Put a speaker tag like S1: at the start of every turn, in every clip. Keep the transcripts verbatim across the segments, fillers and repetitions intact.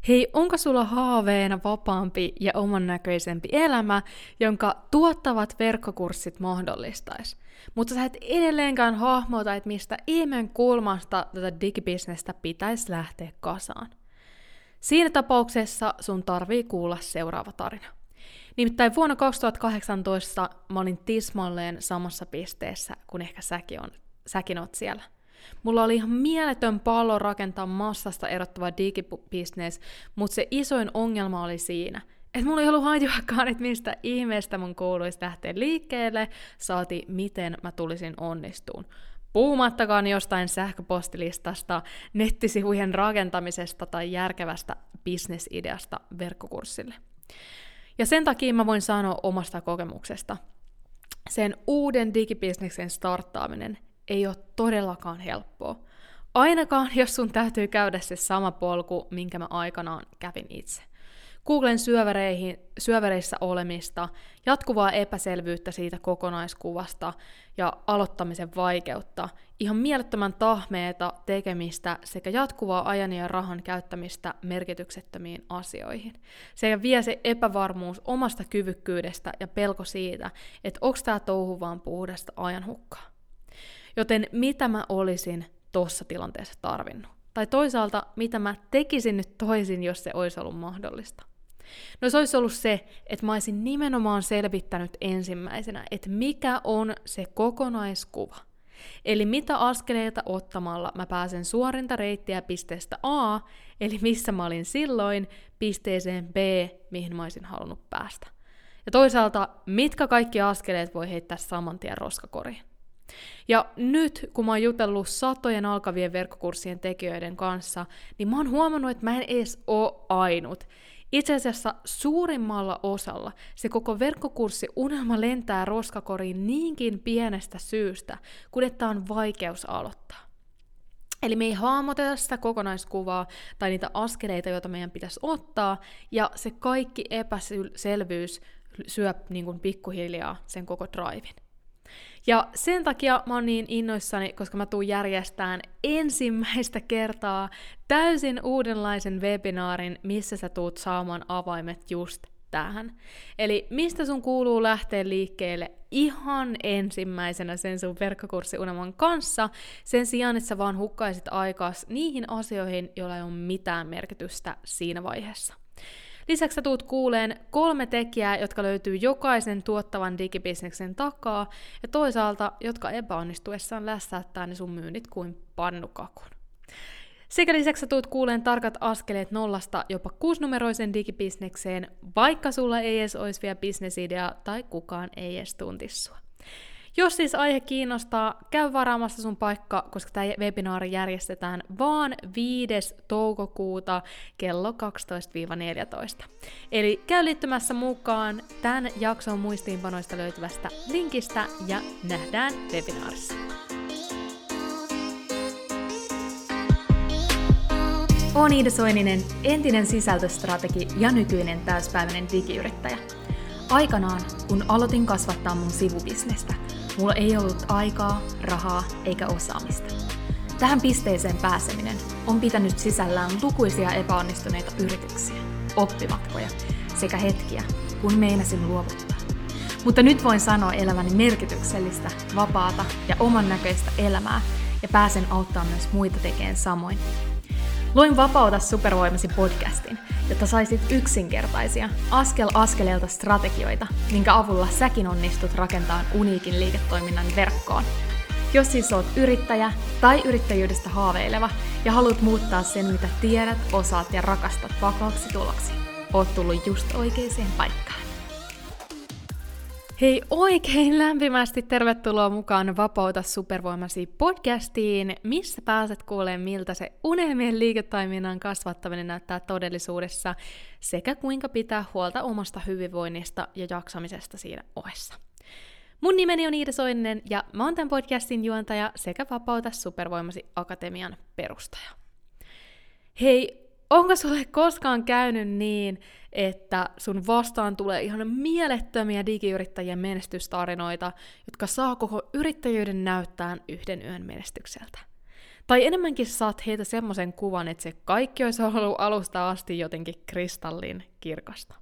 S1: Hei, onko sulla haaveena vapaampi ja oman näköisempi elämä, jonka tuottavat verkkokurssit mahdollistais? Mutta sä et edelleenkään hahmota, että mistä ihmeen kulmasta tätä digibisnestä pitäisi lähteä kasaan. Siinä tapauksessa sun tarvii kuulla seuraava tarina. Nimittäin vuonna kaksituhattakahdeksantoista mä olin tismalleen samassa pisteessä, kun ehkä säkin, on, säkin oot siellä. Mulla oli ihan mieletön pallo rakentaa massasta erottava digibisnes, mutta se isoin ongelma oli siinä, että mulla ei ollut hajuakaan, että mistä ihmeestä mun kuuluisi lähteä liikkeelle, saati miten mä tulisin onnistuun. Puhumattakaan jostain sähköpostilistasta, nettisivujen rakentamisesta tai järkevästä bisnesideasta verkkokurssille. Ja sen takia mä voin sanoa omasta kokemuksesta. Sen uuden digibisneksen starttaaminen ei ole todellakaan helppoa. Ainakaan, jos sun täytyy käydä se sama polku, minkä mä aikanaan kävin itse. Googlen syövereihin, syövereissä olemista, jatkuvaa epäselvyyttä siitä kokonaiskuvasta ja aloittamisen vaikeutta, ihan mielettömän tahmeeta tekemistä sekä jatkuvaa ajan ja rahan käyttämistä merkityksettömiin asioihin. Sekä vie se epävarmuus omasta kyvykkyydestä ja pelko siitä, että onko tää touhu vaan puhdasta ajanhukkaa. Joten mitä mä olisin tuossa tilanteessa tarvinnut? Tai toisaalta, mitä mä tekisin nyt toisin, jos se olisi ollut mahdollista? No se olisi ollut se, että mä olisin nimenomaan selvittänyt ensimmäisenä, että mikä on se kokonaiskuva. Eli mitä askeleita ottamalla mä pääsen suorinta reittiä pisteestä A, eli missä mä olin silloin, pisteeseen B, mihin mä olisin halunnut päästä. Ja toisaalta, mitkä kaikki askeleet voi heittää saman tien roskakoriin. Ja nyt, kun mä oon jutellut satojen alkavien verkkokurssien tekijöiden kanssa, niin mä oon huomannut, että mä en edes oo ainut. Itse asiassa suurimmalla osalla se koko verkkokurssi-unelma lentää roskakoriin niinkin pienestä syystä, kun että on vaikeus aloittaa. Eli me ei hahmoteta sitä kokonaiskuvaa tai niitä askeleita, joita meidän pitäisi ottaa, ja se kaikki epäselvyys syö niin kuin pikkuhiljaa sen koko driven. Ja sen takia mä oon niin innoissani, koska mä tuun järjestään ensimmäistä kertaa täysin uudenlaisen webinaarin, missä sä tuut saamaan avaimet just tähän. Eli mistä sun kuuluu lähteä liikkeelle ihan ensimmäisenä sen sun verkkokurssiunelman kanssa, sen sijaan, että sä vaan hukkaisit aikaas niihin asioihin, joilla ei ole mitään merkitystä siinä vaiheessa. Lisäksi sä tuut kuuleen kolme tekijää, jotka löytyy jokaisen tuottavan digibisneksen takaa, ja toisaalta, jotka epäonnistuessaan lässäyttää ne sun myynnit kuin pannukakun. Sekä lisäksi sä tuut kuuleen tarkat askeleet nollasta jopa kuusinumeroisen digibisnekseen, vaikka sulla ei edes olisi vielä bisnesidea tai kukaan ei edes tuntisi sua. Jos siis aihe kiinnostaa, käy varaamassa sun paikka, koska tämä webinaari järjestetään vaan viides toukokuuta kello kaksitoista neljätoista. Eli käy liittymässä mukaan tämän jakson muistiinpanoista löytyvästä linkistä ja nähdään webinaarissa. Oon Iida Soininen, entinen sisältöstrategi ja nykyinen täyspäiväinen digiyrittäjä. Aikanaan, kun aloitin kasvattaa mun sivubisnestä, mulla ei ollut aikaa, rahaa eikä osaamista. Tähän pisteeseen pääseminen on pitänyt sisällään lukuisia epäonnistuneita yrityksiä, oppimatkoja sekä hetkiä, kun meinasin luovuttaa. Mutta nyt voin sanoa elämäni merkityksellistä, vapaata ja oman näköistä elämää ja pääsen auttamaan myös muita tekemään samoin. Luin Vapauta supervoimasi podcastin, jotta saisit yksinkertaisia, askel askeleelta strategioita, minkä avulla säkin onnistut rakentamaan uniikin liiketoiminnan verkkoon. Jos siis oot yrittäjä tai yrittäjyydestä haaveileva ja haluat muuttaa sen, mitä tiedät, osaat ja rakastat vakaaksi tuloksi, oot tullut just oikeaan paikkaan. Hei, oikein lämpimästi tervetuloa mukaan Vapauta supervoimasi podcastiin, missä pääset kuulemaan, miltä se unelmien liiketoiminnan kasvattaminen näyttää todellisuudessa, sekä kuinka pitää huolta omasta hyvinvoinnista ja jaksamisesta siinä ohessa. Mun nimeni on Iida Soininen ja mä oon tämän podcastin juontaja sekä Vapauta supervoimasi akatemian perustaja. Hei, onko sulle koskaan käynyt niin, että sun vastaan tulee ihan mielettömiä digiyrittäjien menestystarinoita, jotka saa koko yrittäjyyden näyttää yhden yön menestykseltä? Tai enemmänkin saat heitä semmoisen kuvan, että se kaikki olisi ollut alusta asti jotenkin kristallin kirkasta.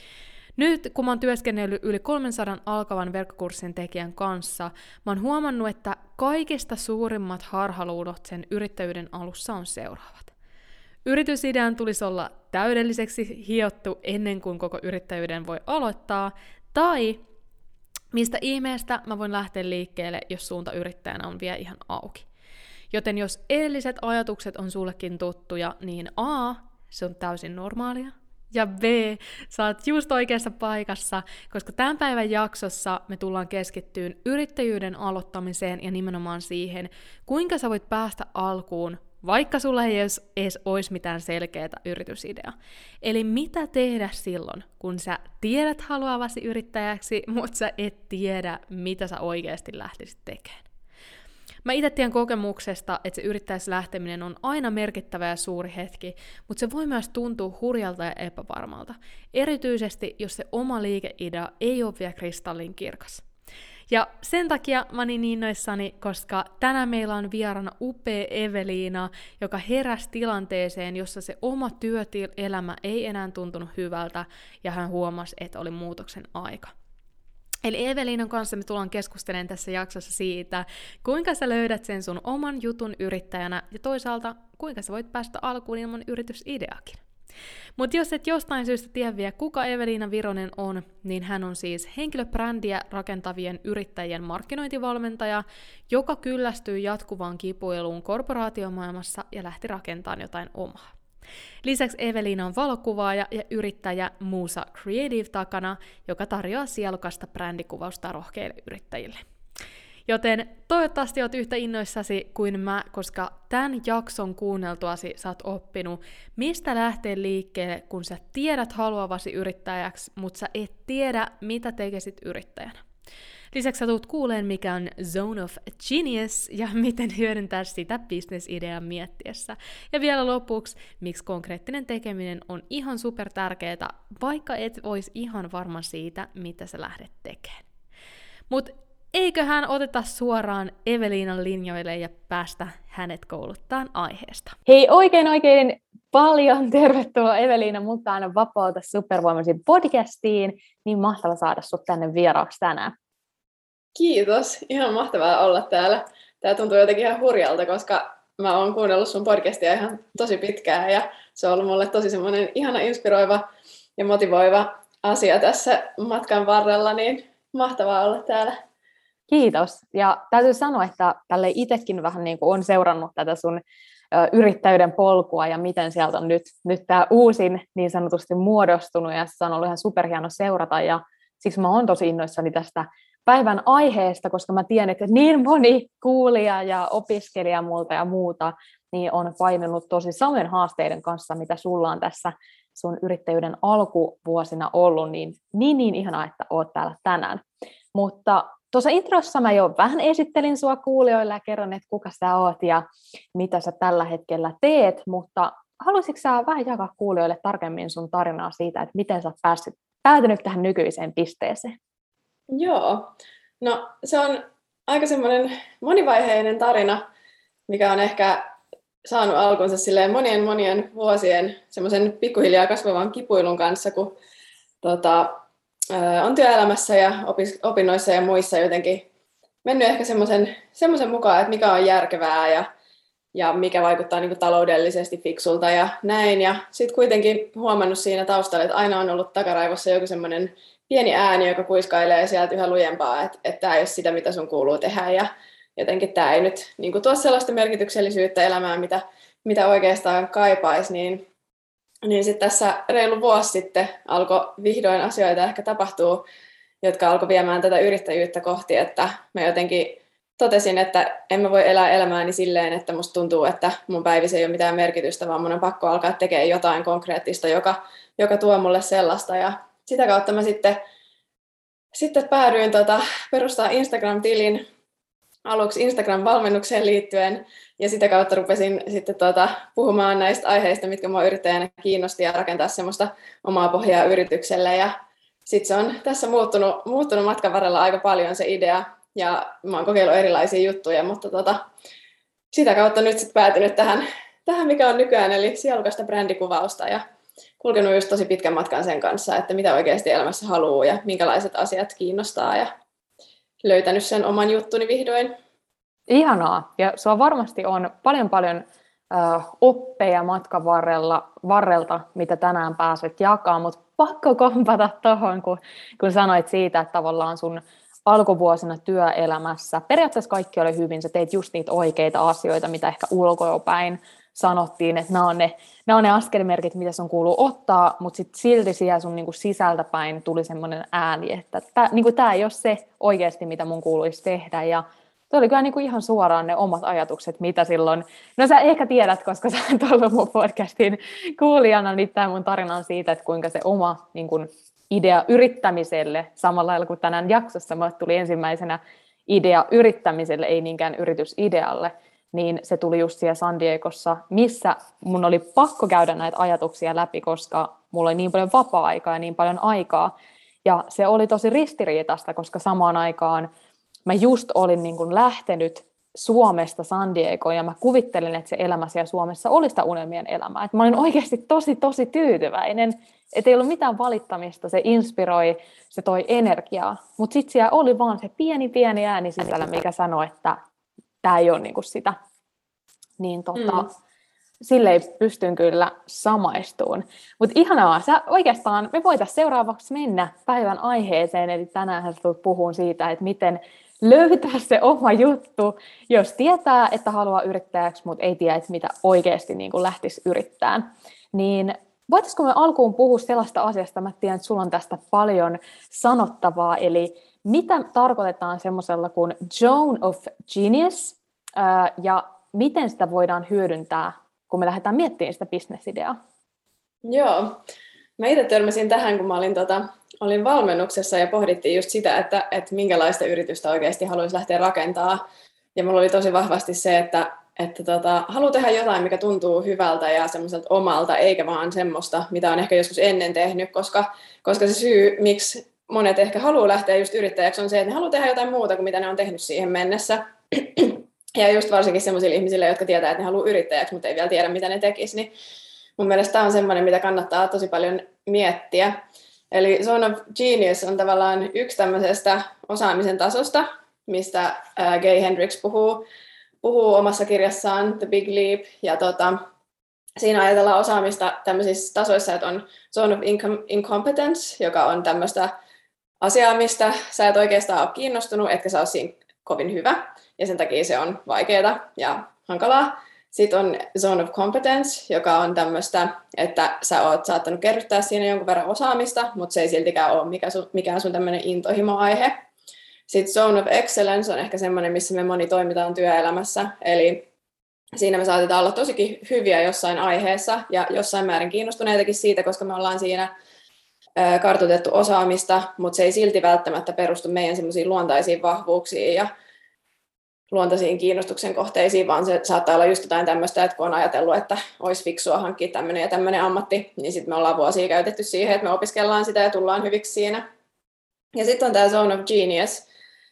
S1: Nyt, kun mä oon työskennellyt yli kolmensadan alkavan verkkokurssin tekijän kanssa, mä oon huomannut, että kaikista suurimmat harhaluulot sen yrittäjyyden alussa on seuraavat. Yritysidean tulisi olla täydelliseksi hiottu ennen kuin koko yrittäjyyden voi aloittaa, tai mistä ihmeestä mä voin lähteä liikkeelle, jos suunta yrittäjänä on vielä ihan auki. Joten jos edelliset ajatukset on sullekin tuttuja, niin A, se on täysin normaalia, ja B, sä oot just oikeassa paikassa, koska tämän päivän jaksossa me tullaan keskittyyn yrittäjyyden aloittamiseen ja nimenomaan siihen, kuinka sä voit päästä alkuun, vaikka sulla ei edes, edes olisi mitään selkeää yritysideaa. Eli mitä tehdä silloin, kun sä tiedät haluavasi yrittäjäksi, mutta sä et tiedä, mitä sä oikeasti lähtisit tekemään. Mä itse tiedän kokemuksesta, että se yrittäjäksi lähteminen on aina merkittävä ja suuri hetki, mutta se voi myös tuntua hurjalta ja epävarmalta, erityisesti jos se oma liikeidea ei ole vielä kristallin kirkas. Ja sen takia mä niin innoissani, koska tänään meillä on vieraana upea Eveliina, joka heräsi tilanteeseen, jossa se oma työelämä ei enää tuntunut hyvältä, ja hän huomasi, että oli muutoksen aika. Eli Eveliinan kanssa me tullaan keskustelemaan tässä jaksossa siitä, kuinka sä löydät sen sun oman jutun yrittäjänä, ja toisaalta kuinka sä voit päästä alkuun ilman yritysideakin. Mutta jos et jostain syystä tiedä vielä, kuka Eveliina Vironen on, niin hän on siis henkilöbrändiä rakentavien yrittäjien markkinointivalmentaja, joka kyllästyy jatkuvaan kipuiluun korporaatiomaailmassa ja lähti rakentamaan jotain omaa. Lisäksi Eveliina on valokuvaaja ja yrittäjä Musa Creative takana, joka tarjoaa sielukasta brändikuvausta rohkeille yrittäjille. Joten toivottavasti oot yhtä innoissasi kuin mä, koska tämän jakson kuunneltuasi sä oot oppinut, mistä lähtee liikkeelle, kun sä tiedät haluavasi yrittäjäksi, mutta sä et tiedä, mitä tekisit yrittäjänä. Lisäksi sä tulet kuuleen, mikä on Zone of Genius ja miten hyödyntää sitä business-ideaa miettiessä. Ja vielä lopuksi, miksi konkreettinen tekeminen on ihan super tärkeää, vaikka et olisi ihan varma siitä, mitä sä lähdet tekemään. Mutta eiköhän oteta suoraan Eveliinan linjoille ja päästä hänet kouluttaan aiheesta.
S2: Hei, oikein oikein paljon tervetuloa Eveliina mukaan Vapauta supervoimasi podcastiin. Niin mahtava saada sut tänne vieraaksi tänään.
S3: Kiitos, ihan mahtavaa olla täällä. Tämä tuntuu jotenkin ihan hurjalta, koska mä oon kuunnellut sun podcastia ihan tosi pitkään ja se on ollut mulle tosi semmoinen ihana inspiroiva ja motivoiva asia tässä matkan varrella, niin mahtavaa olla täällä.
S2: Kiitos. Ja täytyy sanoa, että tälle itsekin vähän niin kuin on seurannut tätä sun ö, yrittäjyyden polkua ja miten sieltä on nyt, nyt tämä uusin niin sanotusti muodostunut ja se on ollut ihan superhieno seurata ja siksi mä oon tosi innoissani tästä päivän aiheesta, koska mä tiedän, että niin moni kuulija ja opiskelija multa ja muuta niin on painunut tosi samojen haasteiden kanssa, mitä sulla on tässä sun yrittäjyyden alkuvuosina ollut, niin niin, niin ihanaa, että oot täällä tänään. Mutta tuossa introssa mä jo vähän esittelin sua kuulijoille ja kerron, että kuka sä oot ja mitä sä tällä hetkellä teet, mutta haluaisitko sä vähän jakaa kuulijoille tarkemmin sun tarinaa siitä, että miten sä oot päässyt, päätynyt tähän nykyiseen pisteeseen?
S3: Joo, no se on aika semmoinen monivaiheinen tarina, mikä on ehkä saanut alkunsa silleen monien monien vuosien semmoisen pikkuhiljaa kasvavan kipuilun kanssa, kun tota, on työelämässä ja opinnoissa ja muissa jotenkin mennyt ehkä semmoisen, semmoisen mukaan, että mikä on järkevää ja, ja mikä vaikuttaa niin kuin taloudellisesti fiksulta ja näin. Ja sitten kuitenkin huomannut siinä taustalla, että aina on ollut takaraivossa joku semmoinen pieni ääni, joka kuiskailee sieltä yhä lujempaa, että, että tämä ei ole sitä, mitä sun kuuluu tehdä. Ja jotenkin tämä ei nyt niin kuin tuo sellaista merkityksellisyyttä elämään, mitä, mitä oikeastaan kaipaisi, niin Niin sitten tässä reilu vuosi sitten alkoi vihdoin asioita ehkä tapahtuu, jotka alkoi viemään tätä yrittäjyyttä kohti, että mä jotenkin totesin, että en mä voi elää elämääni silleen, että musta tuntuu, että mun päivissä ei ole mitään merkitystä, vaan mun on pakko alkaa tekemään jotain konkreettista, joka, joka tuo mulle sellaista. Ja sitä kautta mä sitten, sitten päädyin tota, perustaa Instagram-tilin aluksi Instagram-valmennukseen liittyen, ja sitä kautta rupesin sitten tuota, puhumaan näistä aiheista, mitkä minua yrittäjänä kiinnosti, ja rakentaa semmoista omaa pohjaa yritykselle. Ja sitten se on tässä muuttunut, muuttunut matkan varrella aika paljon se idea, ja mä oon kokeillut erilaisia juttuja, mutta tota, sitä kautta nyt sitten päätynyt tähän, tähän, mikä on nykyään, eli sielukasta brändikuvausta ja kulkenut just tosi pitkän matkan sen kanssa, että mitä oikeasti elämässä haluaa ja minkälaiset asiat kiinnostaa ja löytänyt sen oman juttuni vihdoin.
S2: Ihanaa. Ja sua varmasti on paljon paljon äh, oppeja matkan varrella, varrelta, mitä tänään pääset jakaa, mutta pakko kompata tuohon, kun, kun sanoit siitä, että tavallaan sun alkuvuosina työelämässä periaatteessa kaikki oli hyvin, sä teit just niitä oikeita asioita, mitä ehkä ulkoapäin sanottiin, että nämä on ne, nämä on ne askelmerkit, mitä sun kuuluu ottaa, mutta sit silti siellä sun niinku sisältäpäin tuli semmoinen ääni, että tämä niinku ei ole se oikeasti, mitä mun kuuluisi tehdä, ja tuo oli kyllä niinku ihan suoraan ne omat ajatukset, mitä silloin, no sä ehkä tiedät, koska sä oot ollut mun podcastin kuulijana, niin tämä mun tarina on siitä, että kuinka se oma niinku, idea yrittämiselle, samalla lailla kuin tänään jaksossa mulle tuli ensimmäisenä idea yrittämiselle, ei niinkään yritysidealle, niin se tuli just siellä San Diegossa, missä mun oli pakko käydä näitä ajatuksia läpi, koska mulla oli niin paljon vapaa-aikaa ja niin paljon aikaa. Ja se oli tosi ristiriitaista, koska samaan aikaan mä just olin niin kuin lähtenyt Suomesta San Diegoon ja mä kuvittelin, että se elämä siellä Suomessa oli sitä unelmien elämää. Et mä olin oikeasti tosi, tosi tyytyväinen, että ei ollut mitään valittamista, se inspiroi, se toi energiaa. Mutta sitten siellä oli vaan se pieni, pieni ääni sisällä, mikä sanoi, että tämä ei ole niinku sitä. Niin tota, mm. silleen pystyn kyllä samaistumaan. Mutta ihanaa, sä oikeastaan me voitaisiin seuraavaksi mennä päivän aiheeseen, eli tänään sä tulet puhumaan siitä, että miten löytää se oma juttu, jos tietää, että haluaa yrittäjäksi, mutta ei tiedä, että mitä oikeasti niin kuin lähtisi yrittämään. Niin voitaisiko me alkuun puhua sellaista asiasta, mä tiedän, että sulla on tästä paljon sanottavaa, eli mitä tarkoitetaan semmoisella kuin Zone of Genius, ja miten sitä voidaan hyödyntää, kun me lähdetään miettimään sitä business-ideaa?
S3: Joo, mä itse törmäsin tähän, kun mä olin, tota, olin valmennuksessa ja pohdittiin just sitä, että, että minkälaista yritystä oikeasti haluaisi lähteä rakentamaan. Ja mulla oli tosi vahvasti se, että, että tota, haluaa tehdä jotain, mikä tuntuu hyvältä ja semmoiselta omalta, eikä vaan semmoista, mitä on ehkä joskus ennen tehnyt, koska, koska se syy, miksi monet ehkä haluaa lähteä just yrittäjäksi, on se, että ne haluaa tehdä jotain muuta kuin mitä ne on tehnyt siihen mennessä. Ja just varsinkin sellaisille ihmisille, jotka tietää, että ne haluaa yrittäjäksi, mutta ei vielä tiedä, mitä ne tekisi, niin mun mielestä tämä on semmoinen, mitä kannattaa tosi paljon miettiä. Eli Zone of Genius on tavallaan yksi tämmöisestä osaamisen tasosta, mistä Gay Hendricks puhuu, puhuu omassa kirjassaan The Big Leap. Ja tota, siinä ajatellaan osaamista tämmöisissä tasoissa, että on Zone of Incompetence, joka on tämmöistä asiaa, mistä sä et oikeastaan ole kiinnostunut, etkä sä ole siinä kovin hyvä. Ja sen takia se on vaikeaa ja hankalaa. Sitten on Zone of Competence, joka on tämmöistä, että sä oot saattanut kerryttää siinä jonkun verran osaamista, mutta se ei siltikään ole mikä sun, mikään sun tämmöinen intohimo-aihe. Sitten Zone of Excellence on ehkä semmoinen, missä me moni toimitaan työelämässä. Eli siinä me saatetaan olla tosikin hyviä jossain aiheessa ja jossain määrin kiinnostuneitakin siitä, koska me ollaan siinä kartoitettu osaamista, mutta se ei silti välttämättä perustu meidän semmoisiin luontaisiin vahvuuksiin ja luontaisiin kiinnostuksen kohteisiin, vaan se saattaa olla just jotain tämmöistä, että kun on ajatellut, että olisi fiksua hankkia tämmöinen ja tämmöinen ammatti, niin sitten me ollaan vuosia käytetty siihen, että me opiskellaan sitä ja tullaan hyviksi siinä. Ja sitten on tämä Zone of Genius,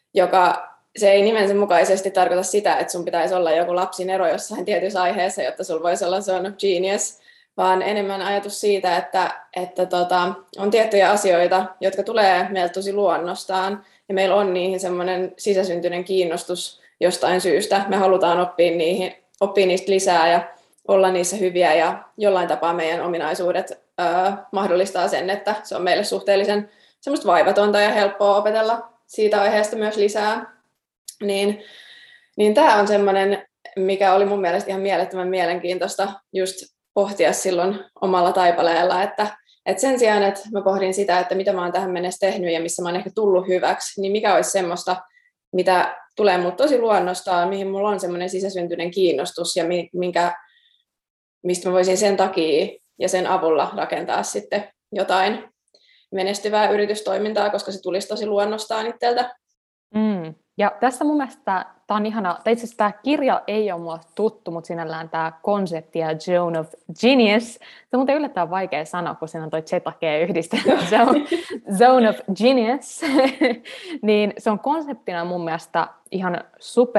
S3: joka se ei nimensä mukaisesti tarkoita sitä, että sun pitäisi olla joku lapsinero jossain tietyssä aiheessa, jotta sulla voisi olla Zone of Genius, vaan enemmän ajatus siitä, että, että tota, on tiettyjä asioita, jotka tulee meiltä tosi luonnostaan, ja meillä on niihin semmoinen sisäsyntyinen kiinnostus jostain syystä. Me halutaan oppia, niihin, oppia niistä lisää ja olla niissä hyviä, ja jollain tapaa meidän ominaisuudet öö, mahdollistaa sen, että se on meille suhteellisen semmoista vaivatonta ja helppoa opetella siitä aiheesta myös lisää. Niin, niin tämä on semmoinen, mikä oli mun mielestä ihan mielettömän mielenkiintoista just pohtia silloin omalla taipaleella, että, että sen sijaan, että mä pohdin sitä, että mitä mä oon tähän mennessä tehnyt ja missä mä oon ehkä tullut hyväksi, niin mikä olisi semmoista, mitä tulee mut tosi luonnostaan, mihin mulla on semmoinen sisäsyntyinen kiinnostus ja minkä, mistä mä voisin sen takia ja sen avulla rakentaa sitten jotain menestyvää yritystoimintaa, koska se tulisi tosi luonnostaan itseltä.
S2: Mm. Ja tässä mun mielestä tämä on ihana, tai itse asiassa tämä kirja ei ole mulle tuttu, mutta sinällään tämä konsepti ja Zone of Genius, se on muuten yllättävän vaikea sanoa, kun siinä on toi Z-G yhdistelmä, Zone of Genius, niin se on konseptina mun mielestä ihan super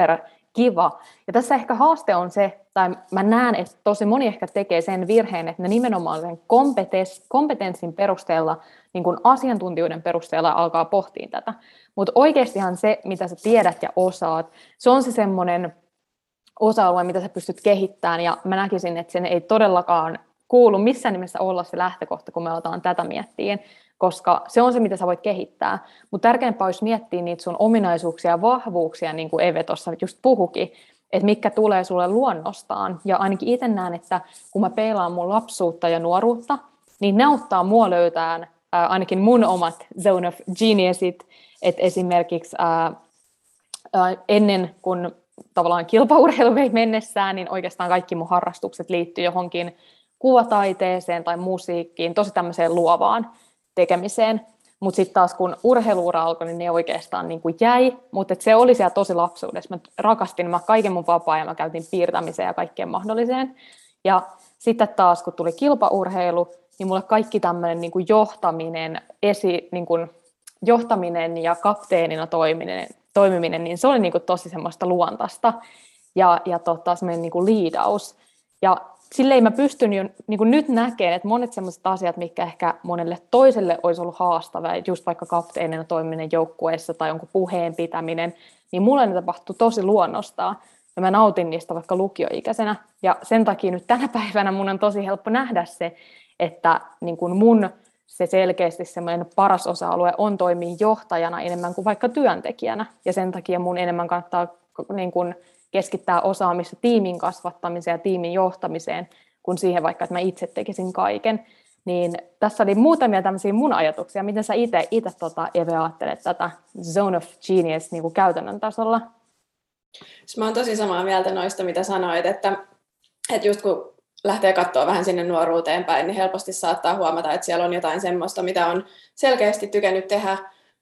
S2: kiva. Ja tässä ehkä haaste on se, tai mä näen, että tosi moni ehkä tekee sen virheen, että ne nimenomaan sen kompetens, kompetenssin perusteella, niin kuin asiantuntijoiden perusteella alkaa pohtia tätä. Mutta oikeastihan se, mitä sä tiedät ja osaat, se on se semmoinen osa-alue, mitä sä pystyt kehittämään, ja mä näkisin, että sen ei todellakaan kuulu missään nimessä olla se lähtökohta, kun me aletaan tätä miettiä, koska se on se, mitä sä voit kehittää. Mutta tärkeämpää olisi miettiä niitä sun ominaisuuksia ja vahvuuksia, niin kuin Eve tuossa just puhukin, että mitkä tulee sulle luonnostaan. Ja ainakin itse näen, että kun mä peilaan mun lapsuutta ja nuoruutta, niin ne auttaa mua löytämään ää, ainakin mun omat zone of geniusit, että esimerkiksi ää, ää, ennen kuin tavallaan kilpaurheilu vei mennessään, niin oikeastaan kaikki mun harrastukset liittyy johonkin kuvataiteeseen tai musiikkiin, tosi tämmöiseen luovaan tekemiseen. Mutta sitten taas kun urheiluura alkoi, niin ne oikeastaan niin kuin jäi, mutta se oli siellä tosi lapsuudessa. Mä rakastin, mä kaiken mun vapaa-ajan mä käytin piirtämiseen ja kaikkeen mahdolliseen. Ja sitten taas kun tuli kilpaurheilu, niin mulle kaikki tämmöinen niin kuin johtaminen, esi, niin kuin johtaminen ja kapteenina toimiminen, toimiminen, niin se oli niin kuin tosi semmoista luontaista ja, ja tota, semmoinen niin kuin liidaus. Ja silleen mä pystyn jo niin kuin nyt näkemään, että monet sellaiset asiat, mitkä ehkä monelle toiselle olisi ollut haastavaa, just vaikka kapteenina toimiminen joukkueessa tai jonkun puheen pitäminen, niin mulle ne tapahtui tosi luonnostaan. Ja mä nautin niistä vaikka lukioikäisenä. Ja sen takia nyt tänä päivänä mun on tosi helppo nähdä se, että niin kuin mun se selkeästi semmoinen paras osa-alue on toimia johtajana enemmän kuin vaikka työntekijänä. Ja sen takia mun enemmän kannattaa niin kuin keskittää osaamista tiimin kasvattamiseen ja tiimin johtamiseen, kuin siihen vaikka, että mä itse tekisin kaiken. Niin tässä oli muutamia tämmöisiä mun ajatuksia. Miten sä itse, itse tota, Eve, ajattelet tätä zone of genius niin kuin käytännön tasolla?
S3: Mä oon tosi samaa mieltä noista, mitä sanoit, että, että just kun lähtee katsoa vähän sinne nuoruuteen päin, niin helposti saattaa huomata, että siellä on jotain semmoista, mitä on selkeästi tykännyt tehdä.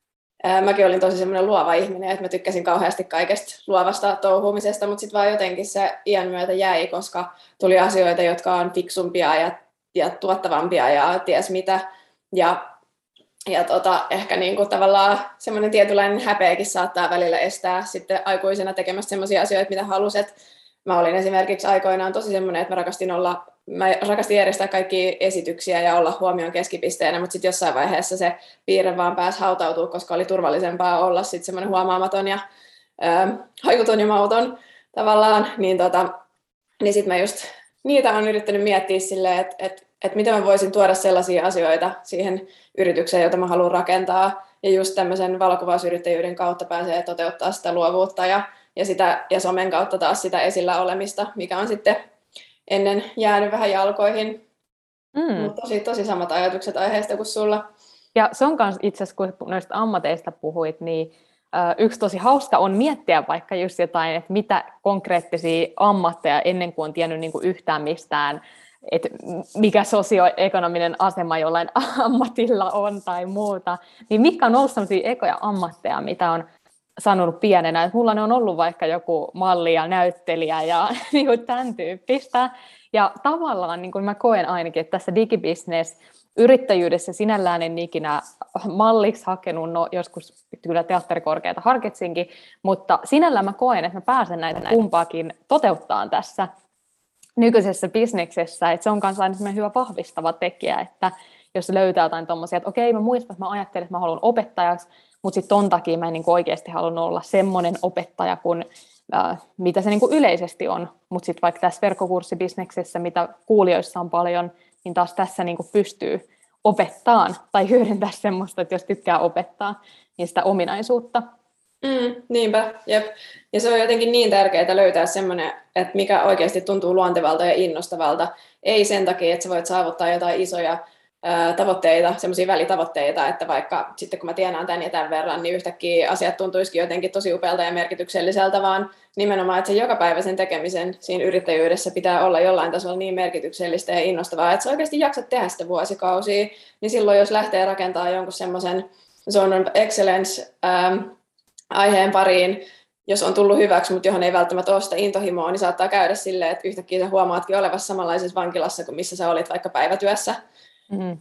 S3: Mäkin olin tosi semmoinen luova ihminen, että mä tykkäsin kauheasti kaikesta luovasta touhuumisesta, mutta sitten vaan jotenkin se iän myötä jäi, koska tuli asioita, jotka on fiksumpia ja, ja tuottavampia ja ties mitä. Ja, ja tota, ehkä niinku tavallaan semmoinen tietynlainen häpeäkin saattaa välillä estää sitten aikuisena tekemästä semmoisia asioita, mitä halusit. Mä olin esimerkiksi aikoinaan tosi semmoinen, että mä rakastin olla Mä rakastin järjestää kaikkia esityksiä ja olla huomion keskipisteenä, mutta sitten jossain vaiheessa se piirre vaan pääsi hautautua, koska oli turvallisempaa olla sitten semmoinen huomaamaton ja ö, hajuton ja mauton tavallaan. Niin, tota, niin sitten mä just niitä olen yrittänyt miettiä silleen, että et, et miten mä voisin tuoda sellaisia asioita siihen yritykseen, jota mä haluan rakentaa. Ja just tämmöisen valokuvausyrittäjyyden kautta pääsee toteuttaa sitä luovuutta ja, ja, sitä, ja somen kautta taas sitä esillä olemista, mikä on sitten ennen jäänyt vähän jalkoihin, mm. mutta tosi, tosi samat ajatukset aiheesta kuin sulla.
S2: Ja se on myös itse asiassa, kun noista ammateista puhuit, niin yksi tosi hauska on miettiä vaikka just jotain, että mitä konkreettisia ammatteja ennen kuin on tiennyt niin kuin yhtään mistään, että mikä sosioekonominen asema jollain ammatilla on tai muuta, niin mitkä on ollut sellaisia ekoja ammatteja, mitä on sanonut pienenä, että mulla ne on ollut vaikka joku malli ja näyttelijä ja niin kuin tämän tyyppistä. Ja tavallaan niin kuin mä koen ainakin, että tässä digibisnes yrittäjyydessä sinällään en ikinä malliksi hakenut, no joskus kyllä teatterikorkeata harkitsinkin, mutta sinällään mä koen, että mä pääsen näitä kumpaakin toteuttaa tässä nykyisessä bisneksessä, että se on myös aina hyvä vahvistava tekijä, että jos löytää jotain tommosia, että okei, mä muistan, että mä ajattelin, että mä haluan opettajaksi, mutta sitten ton takia mä en niin oikeasti halunnut olla semmoinen opettaja, kuin, äh, mitä se niin yleisesti on. Mutta sitten vaikka tässä verkkokurssibisneksessä, mitä kuulijoissa on paljon, niin taas tässä niin pystyy opettamaan tai hyödyntää semmoista, että jos tykkää opettaa, niin sitä ominaisuutta.
S3: Mm, niinpä, jep. Ja se on jotenkin niin tärkeää löytää semmoinen, että mikä oikeasti tuntuu luontevalta ja innostavalta. Ei sen takia, että sä voit saavuttaa jotain isoja tavoitteita, semmoisia välitavoitteita, että vaikka sitten kun mä tienaan tämän ja tämän verran, niin yhtäkkiä asiat tuntuisikin jotenkin tosi upealta ja merkitykselliseltä, vaan nimenomaan, että sen jokapäiväisen tekemisen siinä yrittäjyydessä pitää olla jollain tasolla niin merkityksellistä ja innostavaa, että sä oikeasti jaksat tehdä sitä vuosikausia, niin silloin jos lähtee rakentamaan jonkun semmoisen zone of excellence ähm, aiheen pariin, jos on tullut hyväksi, mutta johon ei välttämättä ole sitä intohimoa, niin saattaa käydä silleen, että yhtäkkiä sä huomaatkin olevassa samanlaisessa vankilassa kuin missä sä olit vaikka päivätyössä.
S2: Mm.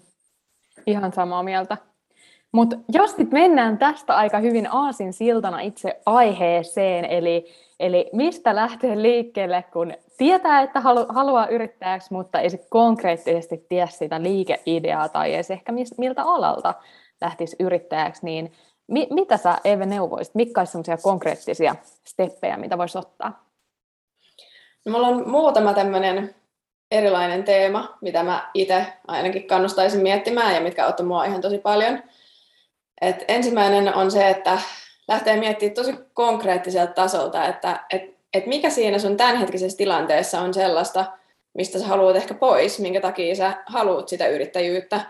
S2: Ihan samaa mieltä. Mutta jos nyt mennään tästä aika hyvin aasinsiltana itse aiheeseen, eli Eli mistä lähtee liikkeelle, kun tietää, että halu, haluaa yrittäjäksi, mutta ei se konkreettisesti tiedä sitä liikeideaa tai edes ehkä miltä alalta lähtisi yrittäjäksi, niin mi, mitä sä Eeve neuvoisit? Mitkä olisi sellaisia konkreettisia steppejä, mitä voisi ottaa?
S3: No, mulla on muutama tämmöinen erilainen teema, mitä mä itse ainakin kannustaisin miettimään ja mitkä auttoi mua ihan tosi paljon. Et ensimmäinen on se, että lähtee miettimään tosi konkreettiselta tasolta, että et, et mikä siinä sun tämänhetkisessä tilanteessa on sellaista, mistä sä haluat ehkä pois, minkä takia sä haluat sitä yrittäjyyttä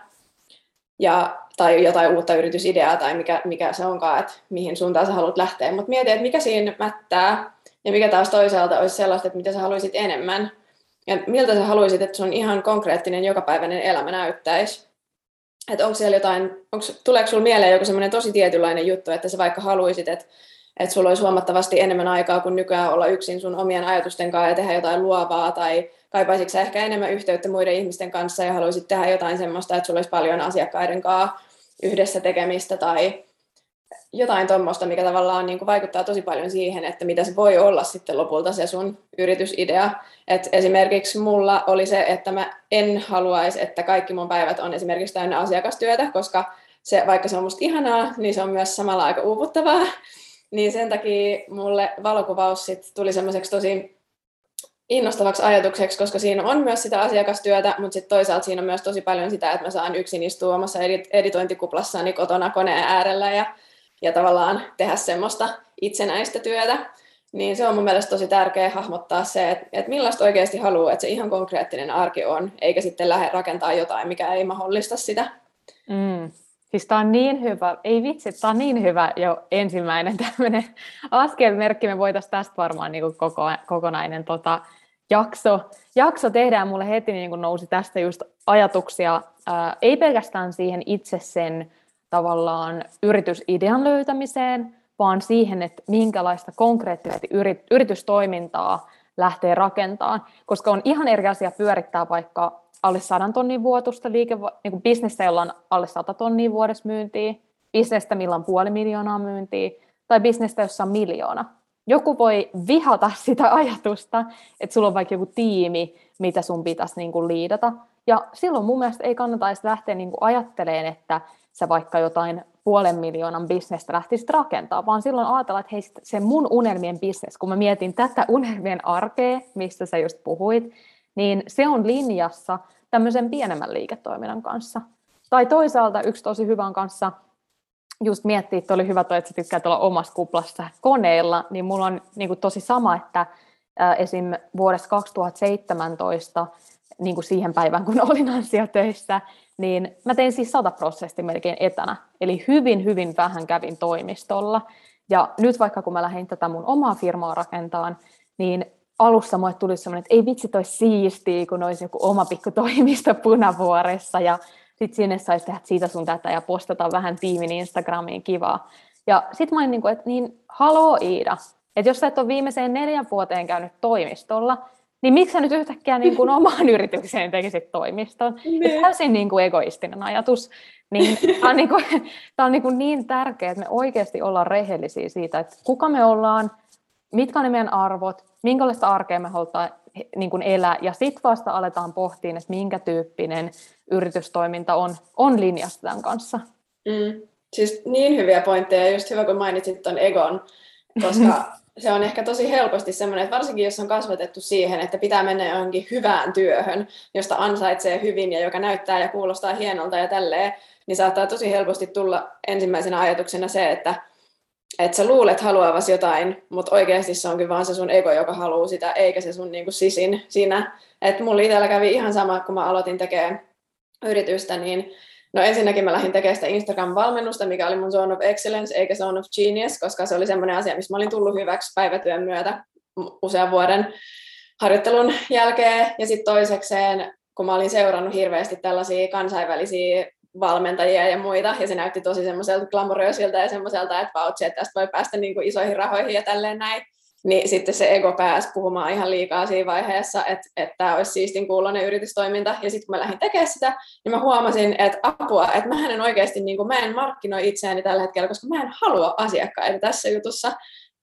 S3: ja, tai jotain uutta yritysideaa tai mikä, mikä se onkaan, että mihin suuntaan sä haluat lähteä. Mutta mieti, että mikä siinä mättää ja mikä taas toisaalta olisi sellaista, että mitä sä haluaisit enemmän ja miltä sä haluaisit, että sun ihan konkreettinen jokapäiväinen elämä näyttäisi. Että onko siellä jotain, onko, tuleeko sulla mieleen joku semmoinen tosi tietynlainen juttu, että sä vaikka haluaisit, että, että sulla olisi huomattavasti enemmän aikaa kuin nykyään olla yksin sun omien ajatusten kanssa ja tehdä jotain luovaa, tai kaipaisitko sä ehkä enemmän yhteyttä muiden ihmisten kanssa ja haluaisit tehdä jotain semmoista, että sulla olisi paljon asiakkaiden kanssa yhdessä tekemistä tai jotain tuommoista, mikä tavallaan niin kuin vaikuttaa tosi paljon siihen, että mitä se voi olla sitten lopulta se sun yritysidea. Et esimerkiksi mulla oli se, että mä en haluaisi, että kaikki mun päivät on esimerkiksi täynnä asiakastyötä, koska se, vaikka se on musta ihanaa, niin se on myös samalla aika uuvuttavaa. Niin sen takia mulle valokuvaus sit tuli semmoiseksi tosi innostavaksi ajatukseksi, koska siinä on myös sitä asiakastyötä, mutta sitten toisaalta siinä on myös tosi paljon sitä, että mä saan yksin istua omassa editointikuplassani kotona koneen äärellä ja ja tavallaan tehdä semmoista itsenäistä työtä, niin se on mun mielestä tosi tärkeää hahmottaa se, että, että millaista oikeasti haluaa, että se ihan konkreettinen arki on, eikä sitten lähde rakentaa jotain, mikä ei mahdollista sitä.
S2: Mm. Siis tää on niin hyvä, ei vitsi, tää on niin hyvä jo ensimmäinen tämmöinen askelmerkki, me voitaisiin tästä varmaan niin kuin koko, kokonainen tota, jakso, jakso tehdään, mulle heti niin kuin nousi tästä just ajatuksia, ää, ei pelkästään siihen itse sen tavallaan yritysidean löytämiseen, vaan siihen, että minkälaista konkreettisesti yritystoimintaa lähtee rakentamaan, koska on ihan eri asia pyörittää vaikka alle sadan tonnin vuotusta liike, niin kuin bisnestä, jolla on alle sata tonnia vuodessa myyntiä, bisnestä, millä on puoli miljoonaa myyntiä, tai bisnestä, jossa on miljoona. Joku voi vihata sitä ajatusta, että sulla on vaikka joku tiimi, mitä sun pitäisi niin kuin liidata, ja silloin mun mielestä ei kannata edes lähteä niin kuin ajattelemaan, että sä vaikka jotain puolen miljoonan bisnestä lähtisit rakentaa, vaan silloin ajatellaan, että hei, se mun unelmien bisnes, kun mä mietin tätä unelmien arkea, mistä sä just puhuit, niin se on linjassa tämmöisen pienemmän liiketoiminnan kanssa. Tai toisaalta yksi tosi hyvän kanssa, just miettii, että oli hyvä toi, että sä tykkäät olla omassa kuplassa koneilla, niin mulla on niin kuin tosi sama, että äh, esim. Vuodesta kaksituhattaseitsemäntoista, niin kuin siihen päivään, kun olin ansiotöissä, niin mä tein siis sata prosenttia melkein etänä, eli hyvin, hyvin vähän kävin toimistolla. Ja nyt vaikka kun mä lähdin tätä mun omaa firmaa rakentamaan, niin alussa mulle tuli semmoinen, että ei vitsi toi siistiä, kun olisi joku oma pikku toimisto Punavuoressa, ja sitten sinne saisi tehdä siitä sun tätä ja postata vähän tiimin Instagramiin, kivaa. Ja sitten mä olin niin kuin, että niin, haloo Iida, että jos sä et ole viimeiseen neljän vuoteen käynyt toimistolla, niin miksi sä nyt yhtäkkiä niin kuin omaan yritykseen tekisit toimiston? Että täysin niin kuin egoistinen ajatus. Niin, tämä on, niin, kuin, tämä on niin, kuin niin tärkeää, että me oikeasti ollaan rehellisiä siitä, että kuka me ollaan, mitkä on ne meidän arvot, minkälaista arkea me halutaan niin kuin elää, ja sitten vasta aletaan pohtia, että minkä tyyppinen yritystoiminta on, on linjassa tämän kanssa.
S3: Mm. Siis niin hyviä pointteja, just hyvä kun mainitsit tuon egon, koska se on ehkä tosi helposti semmoinen, että varsinkin jos on kasvatettu siihen, että pitää mennä johonkin hyvään työhön, josta ansaitsee hyvin ja joka näyttää ja kuulostaa hienolta ja tälleen, niin saattaa tosi helposti tulla ensimmäisenä ajatuksena se, että, että sä luulet haluavasi jotain, mutta oikeasti se onkin vaan se sun ego, joka haluaa sitä, eikä se sun niinku sisin siinä. Että mulla itsellä kävi ihan sama, kun mä aloitin tekemään yritystä, niin no ensinnäkin mä lähdin tekemään sitä Instagram-valmennusta, mikä oli mun Zone of Excellence eikä Zone of Genius, koska se oli semmoinen asia, missä mä olin tullut hyväksi päivätyön myötä usean vuoden harjoittelun jälkeen. Ja sitten toisekseen, kun mä olin seurannut hirveästi tällaisia kansainvälisiä valmentajia ja muita, ja se näytti tosi semmoiselta glamoröisiltä ja semmoiselta, että vautsi, että tästä voi päästä niin kuin isoihin rahoihin ja tälleen näin. Niin sitten se ego pääsi puhumaan ihan liikaa siinä vaiheessa, että, että tämä olisi siistin kuuloinen yritystoiminta. Ja sitten kun mä lähdin tekemään sitä, niin mä huomasin, että apua, että mä en oikeasti, niin kuin, mä en markkinoi itseäni tällä hetkellä, koska mä en halua asiakkaita tässä jutussa.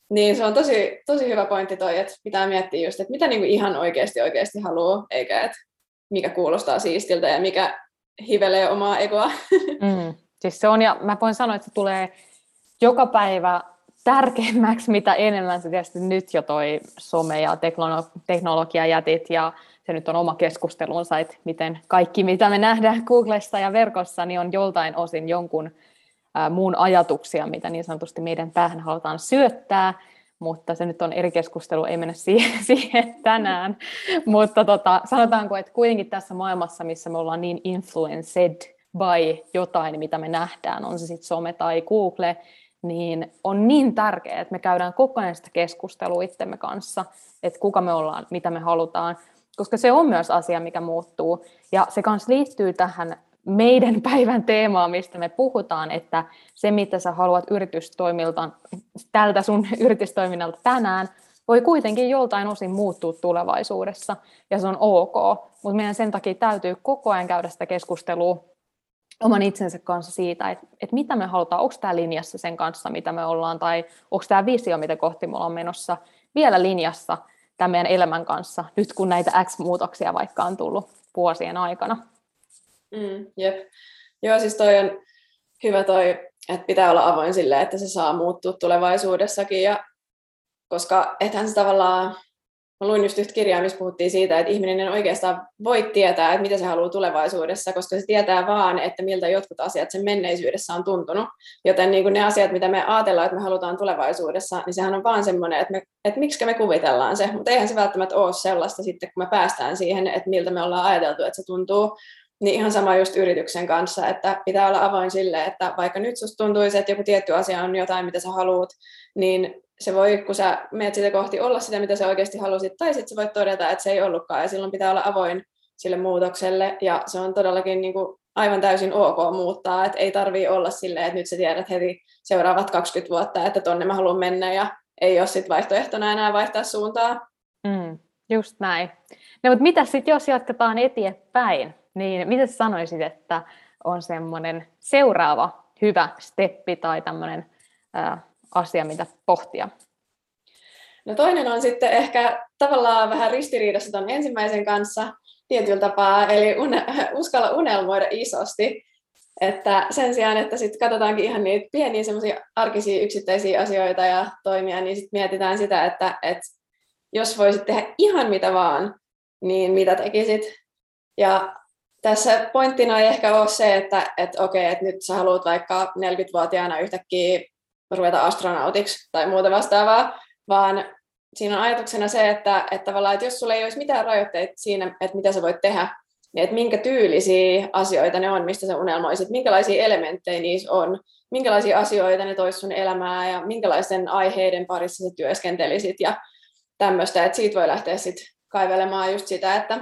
S3: Niin se on tosi, tosi hyvä pointti toi, että pitää miettiä just, että mitä niinku ihan oikeasti oikeasti haluaa, eikä että mikä kuulostaa siistiltä ja mikä hivelee omaa egoa.
S2: Mm. Siis se on, ja mä voin sanoa, että se tulee joka päivä tärkeämmäksi, mitä enemmän se tietysti nyt jo toi some ja teknologia jätit, ja se nyt on oma keskustelunsa, että miten kaikki, mitä me nähdään Googlessa ja verkossa, niin on joltain osin jonkun ää, muun ajatuksia, mitä niin sanotusti meidän päähän halutaan syöttää, mutta se nyt on eri keskustelu, ei mennä siihen, siihen tänään. Mutta tota, sanotaanko, että kuitenkin tässä maailmassa, missä me ollaan niin influenced by jotain, mitä me nähdään, on se sitten some tai Google, niin on niin tärkeää, että me käydään koko ajan sitä keskustelua itsemme kanssa, että kuka me ollaan, mitä me halutaan, koska se on myös asia, mikä muuttuu. Ja se kanssa liittyy tähän meidän päivän teemaan, mistä me puhutaan, että se, mitä sä haluat yritystoimilta, tältä sun yritystoiminnalta tänään, voi kuitenkin joltain osin muuttua tulevaisuudessa, ja se on ok. Mutta meidän sen takia täytyy koko ajan käydä sitä keskustelua oman itsensä kanssa siitä, että, että mitä me halutaan, onko tämä linjassa sen kanssa, mitä me ollaan, tai onko tämä visio, mitä kohti me ollaan menossa, vielä linjassa tämän meidän elämän kanssa, nyt kun näitä X-muutoksia vaikka on tullut vuosien aikana.
S3: Mm, jep. Joo, siis toi on hyvä toi, että pitää olla avoin silleen, että se saa muuttua tulevaisuudessakin, ja koska ethän se tavallaan, mä luin just yhtä kirjaa, missä puhuttiin siitä, että ihminen ei oikeastaan voi tietää, että mitä se haluaa tulevaisuudessa, koska se tietää vaan, että miltä jotkut asiat sen menneisyydessä on tuntunut. Joten niin kuin ne asiat, mitä me ajatellaan, että me halutaan tulevaisuudessa, niin sehän on vaan semmoinen, että, me, että miksi me kuvitellaan se. Mutta eihän se välttämättä ole sellaista sitten, kun me päästään siihen, että miltä me ollaan ajateltu, että se tuntuu. Niin ihan sama just yrityksen kanssa, että pitää olla avoin sille, että vaikka nyt susta tuntuisi, että joku tietty asia on jotain, mitä sä haluat, niin se voi, kun sä menet sitä kohti, olla sitä, mitä sä oikeasti halusit, tai sitten sä voit todeta, että se ei ollutkaan, ja silloin pitää olla avoin sille muutokselle, ja se on todellakin niin kuin aivan täysin ok muuttaa, että ei tarvitse olla silleen, että nyt sä tiedät heti seuraavat kaksikymmentä vuotta, että tonne mä haluan mennä, ja ei ole sitten vaihtoehtona enää vaihtaa suuntaa.
S2: Mm, just näin. No, mutta mitä sitten, jos jatketaan eteenpäin, niin mitä sanoisit, että on semmoinen seuraava hyvä steppi tai tämmöinen ää, asia, mitä pohtia?
S3: No toinen on sitten ehkä tavallaan vähän ristiriidassa ton ensimmäisen kanssa tietyllä tapaa, eli une- uskalla unelmoida isosti. Että sen sijaan, että sitten katsotaankin ihan niitä pieniä semmoisia arkisia yksittäisiä asioita ja toimia, niin sitten mietitään sitä, että, että jos voisit tehdä ihan mitä vaan, niin mitä tekisit. Ja tässä pointtina ei ehkä ole se, että, että okei, että nyt sä haluat vaikka neljäkymmentävuotiaana yhtäkkiä ruveta astronautiksi tai muuta vastaavaa, vaan siinä on ajatuksena se, että, että tavallaan, että jos sulla ei olisi mitään rajoitteita siinä, että mitä sä voit tehdä, niin että minkä tyylisiä asioita ne on, mistä sä unelmoisit, minkälaisia elementtejä niissä on, minkälaisia asioita ne tois sun elämää ja minkälaisten aiheiden parissa sä työskentelisit ja tämmöistä, että siitä voi lähteä sitten kaivelemaan just sitä, että,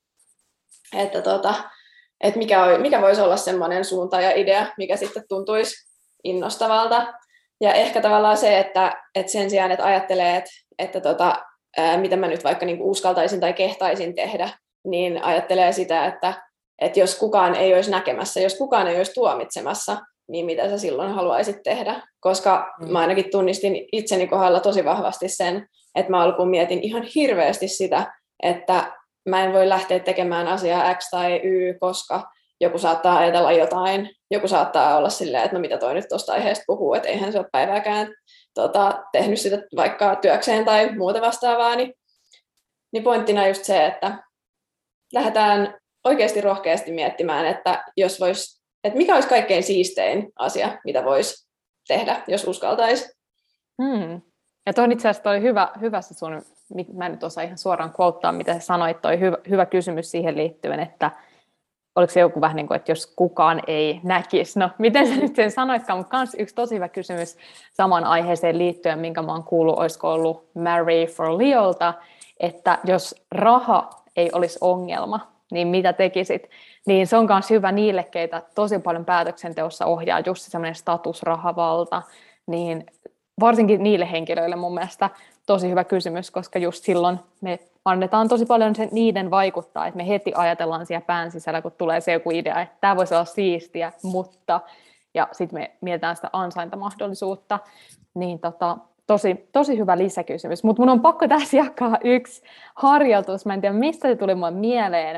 S3: että, tota, että mikä, mikä voisi olla semmoinen suunta ja idea, mikä sitten tuntuisi innostavalta. Ja ehkä tavallaan se, että, että sen sijaan, että ajattelee, että, että tota, ää, mitä mä nyt vaikka niinku uskaltaisin tai kehtaisin tehdä, niin ajattelee sitä, että, että jos kukaan ei olisi näkemässä, jos kukaan ei olisi tuomitsemassa, niin mitä sä silloin haluaisit tehdä. Koska mä ainakin tunnistin itseni kohdalla tosi vahvasti sen, että mä alkuun mietin ihan hirveästi sitä, että mä en voi lähteä tekemään asiaa X tai Y, koska joku saattaa ajatella jotain, joku saattaa olla silleen, että no mitä toi nyt tuosta aiheesta puhuu, että eihän se ole päivääkään tota, tehnyt sitä vaikka työkseen tai muuta vastaavaa, niin, niin pointtina just se, että lähdetään oikeasti rohkeasti miettimään, että, jos vois, että mikä olisi kaikkein siistein asia, mitä voisi tehdä, jos uskaltaisi.
S2: Hmm. Ja tuo itse asiassa oli hyvä, hyvä se sun, mä en nyt osaa ihan suoraan quotea, mitä sä sanoit, toi hyvä, hyvä kysymys siihen liittyen, että oliko se joku vähän niin kuin, että jos kukaan ei näkisi, no miten sä nyt sen sanoitkaan, mutta kans yksi tosi hyvä kysymys samaan aiheeseen liittyen, minkä mä oon kuullut, olisiko ollut Mary for Leolta, että jos raha ei olisi ongelma, niin mitä tekisit? Niin se on myös hyvä niille, keitä tosi paljon päätöksenteossa ohjaa just semmoinen status, rahavalta, niin varsinkin niille henkilöille mun mielestä tosi hyvä kysymys, koska just silloin me annetaan tosi paljon sen, niiden vaikuttaa, että me heti ajatellaan siellä pään sisällä, kun tulee se joku idea, että tämä voisi olla siistiä, mutta, ja sitten me mietitään sitä ansaintamahdollisuutta, niin tota, tosi, tosi hyvä lisäkysymys, mutta mun on pakko tässä jakaa yksi harjoitus. Mä en tiedä, mistä se tuli mulle mieleen.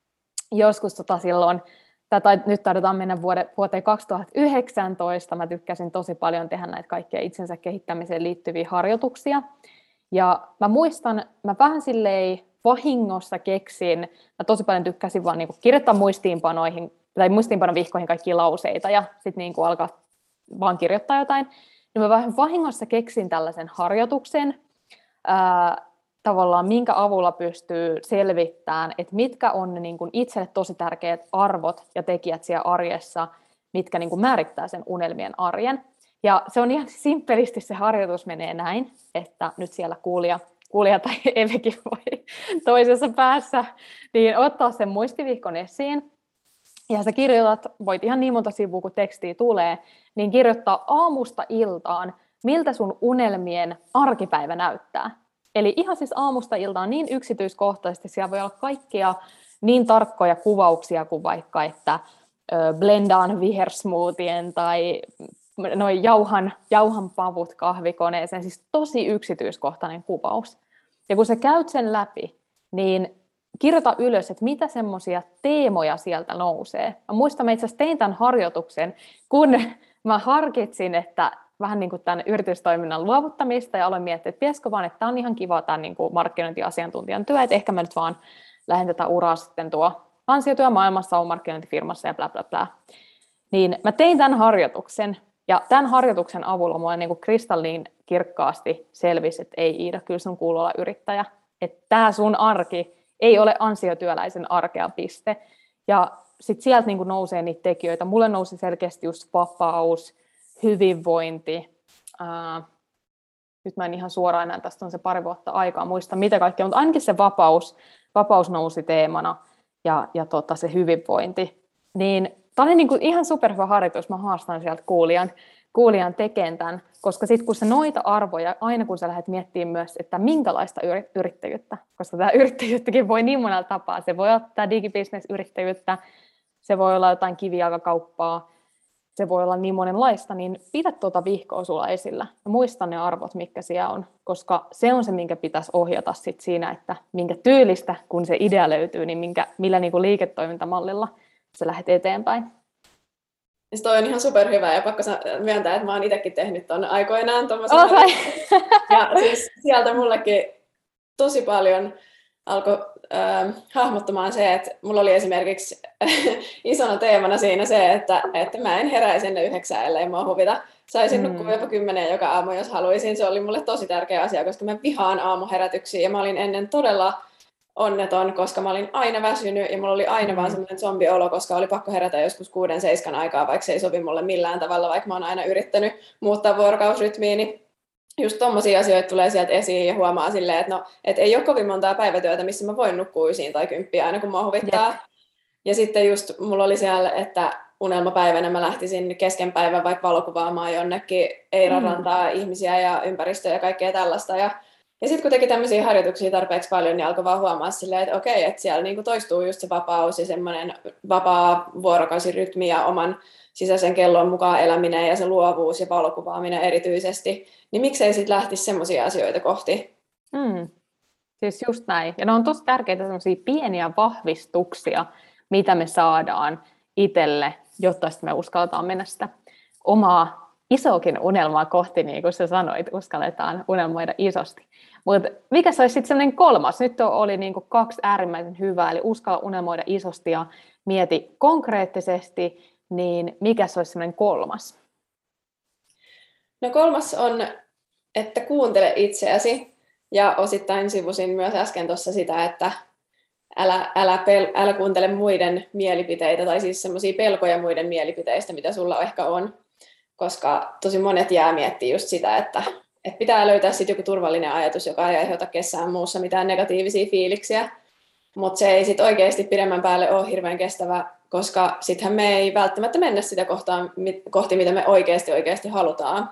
S2: Joskus tota silloin, tai nyt taidetaan mennä vuode, vuoteen kaksituhattayhdeksäntoista, mä tykkäsin tosi paljon tehdä näitä kaikkia itsensä kehittämiseen liittyviä harjoituksia. Ja mä muistan, mä vähän silleen vahingossa keksin, mä tosi paljon tykkäsin vaan niinku kirjoittaa muistiinpanoihin, tai muistiinpanovihkoihin kaikkia lauseita, ja sitten niinku alkaa vaan kirjoittaa jotain. Niin mä vähän vahingossa keksin tällaisen harjoituksen, ää, tavallaan minkä avulla pystyy selvittämään, että mitkä on ne niin kuin itselle tosi tärkeät arvot ja tekijät siellä arjessa, mitkä niin kuin määrittää sen unelmien arjen. Ja se on ihan simppelisti se harjoitus menee näin, että nyt siellä kuulija, kuulija tai Evekin voi toisessa päässä niin ottaa sen muistivihkon esiin. Ja sä kirjoitat, voit ihan niin monta sivua kuin tekstiä tulee, niin kirjoittaa aamusta iltaan, miltä sun unelmien arkipäivä näyttää. Eli ihan siis aamusta iltaan niin yksityiskohtaisesti, siellä voi olla kaikkia niin tarkkoja kuvauksia kuin vaikka, että blendaan vihersmoothien tai noin jauhan, jauhanpavut kahvikoneeseen, siis tosi yksityiskohtainen kuvaus. Ja kun sä käyt sen läpi, niin kirjoita ylös, että mitä semmoisia teemoja sieltä nousee. Mä muistan, mä itse asiassa tein tämän harjoituksen, kun mä harkitsin, että vähän niin kuin tämän yritystoiminnan luovuttamista ja aloin miettiä, että pitäisikö vaan, että tämä on ihan kiva tämän niin kuin markkinointiasiantuntijan työ, että ehkä mä nyt vaan lähden tätä uraa sitten tuo ansiotyömaailmassa, on markkinointifirmassa ja bla bla bla. Niin mä tein tämän harjoituksen ja tämän harjoituksen avulla mulle niin kuin kristalliin kirkkaasti selvisi, että ei Iida, kyllä sun kuuluu olla yrittäjä, että tämä sun arki ei ole ansiotyöläisen arkea piste. Ja sitten sieltä niin kuin nousee niitä tekijöitä. Mulle nousi selkeästi just vapaus, hyvinvointi. Ää, nyt mä en ihan suoraan enää, tästä on se pari vuotta aikaa, muista mitä kaikkea, mutta ainakin se vapaus, vapaus nousi teemana ja, ja tota, se hyvinvointi. Niin tämä oli niin kuin ihan superhyvä harjoitus, mä haastan sieltä kuulijan, kuulijan tekemään tämän, koska sitten kun sä noita arvoja, aina kun sä lähdet miettimään myös, että minkälaista yrittäjyyttä, koska tämä yrittäjyyttäkin voi niin monella tapaa, se voi olla tämä digibisnesyrittäjyyttä, se voi olla jotain kivijalkakauppaa, se voi olla niin monenlaista, niin pidä tuota vihkoa sulla esillä ja muista ne arvot, mitkä siellä on, koska se on se, minkä pitäisi ohjata sit siinä, että minkä tyylistä, kun se idea löytyy, niin minkä, millä niinku liiketoimintamallilla sä lähdet eteenpäin.
S3: Ja toi on ihan superhyvä ja pakko myöntää, että mä oon itsekin tehnyt ton aikoinaan tommosen.
S2: Okay.
S3: Ja siis sieltä mullekin tosi paljon alkoi äh, hahmottumaan se, että mulla oli esimerkiksi isona teemana siinä se, että, että mä en heräisi ennen yhdeksää, ellei mua huvita. Saisin mm. nukkua jopa kymmenen joka aamu, jos haluaisin. Se oli mulle tosi tärkeä asia, koska mä vihaan aamuherätyksiä ja mä olin ennen todella onneton, koska mä olin aina väsynyt ja mulla oli aina mm. vaan semmoinen zombiolo, koska oli pakko herätä joskus kuuden seiskan aikaa, vaikka se ei sovi mulle millään tavalla, vaikka mä oon aina yrittänyt muuttaa vuorokausrytmiini. Just tommosia asioita tulee sieltä esiin ja huomaa silleen, että no, et ei ole kovin montaa päivätyötä, missä mä voin nukkua ysiin tai kymppiä aina, kun mua huvittaa. Yep. Ja sitten just mulla oli siellä, että unelmapäivänä mä lähtisin kesken päivän vaikka valokuvaamaan jonnekin Eiran mm. rantaa ihmisiä ja ympäristöä ja kaikkea tällaista. Ja, ja sitten kun teki tämmöisiä harjoituksia tarpeeksi paljon, niin alkoi vaan huomaa silleen, että okei, että siellä niinku toistuu just se vapaus ja semmoinen vapaa vuorokausirytmi ja oman sisäisen kellon mukaan eläminen ja se luovuus ja valokuvaaminen erityisesti, niin miksei sitten lähtisi semmoisia asioita kohti?
S2: Mm. Siis just näin. Ja ne on tosi tärkeitä semmoisia pieniä vahvistuksia, mitä me saadaan itselle, jotta me uskalletaan mennä sitä omaa isoakin unelmaa kohti, niin kuin sä sanoit, uskalletaan unelmoida isosti. Mutta mikä se olisi sitten semmoinen kolmas? Nyt oli niinku kaksi äärimmäisen hyvää, eli uskalla unelmoida isosti ja mieti konkreettisesti, niin mikä se olisi semmoinen kolmas?
S3: No kolmas on, että kuuntele itseäsi. Ja osittain sivusin myös äsken tuossa sitä, että älä, älä, pel, älä kuuntele muiden mielipiteitä, tai siis semmoisia pelkoja muiden mielipiteistä, mitä sulla ehkä on. Koska tosi monet jää miettimään just sitä, että, että pitää löytää sitten joku turvallinen ajatus, joka ei aiheuta kessään muussa mitään negatiivisia fiiliksiä. Mutta se ei sitten oikeasti pidemmän päälle ole hirveän kestävä, koska sittenhän me ei välttämättä mennä sitä kohtaan, kohti, mitä me oikeasti oikeasti halutaan.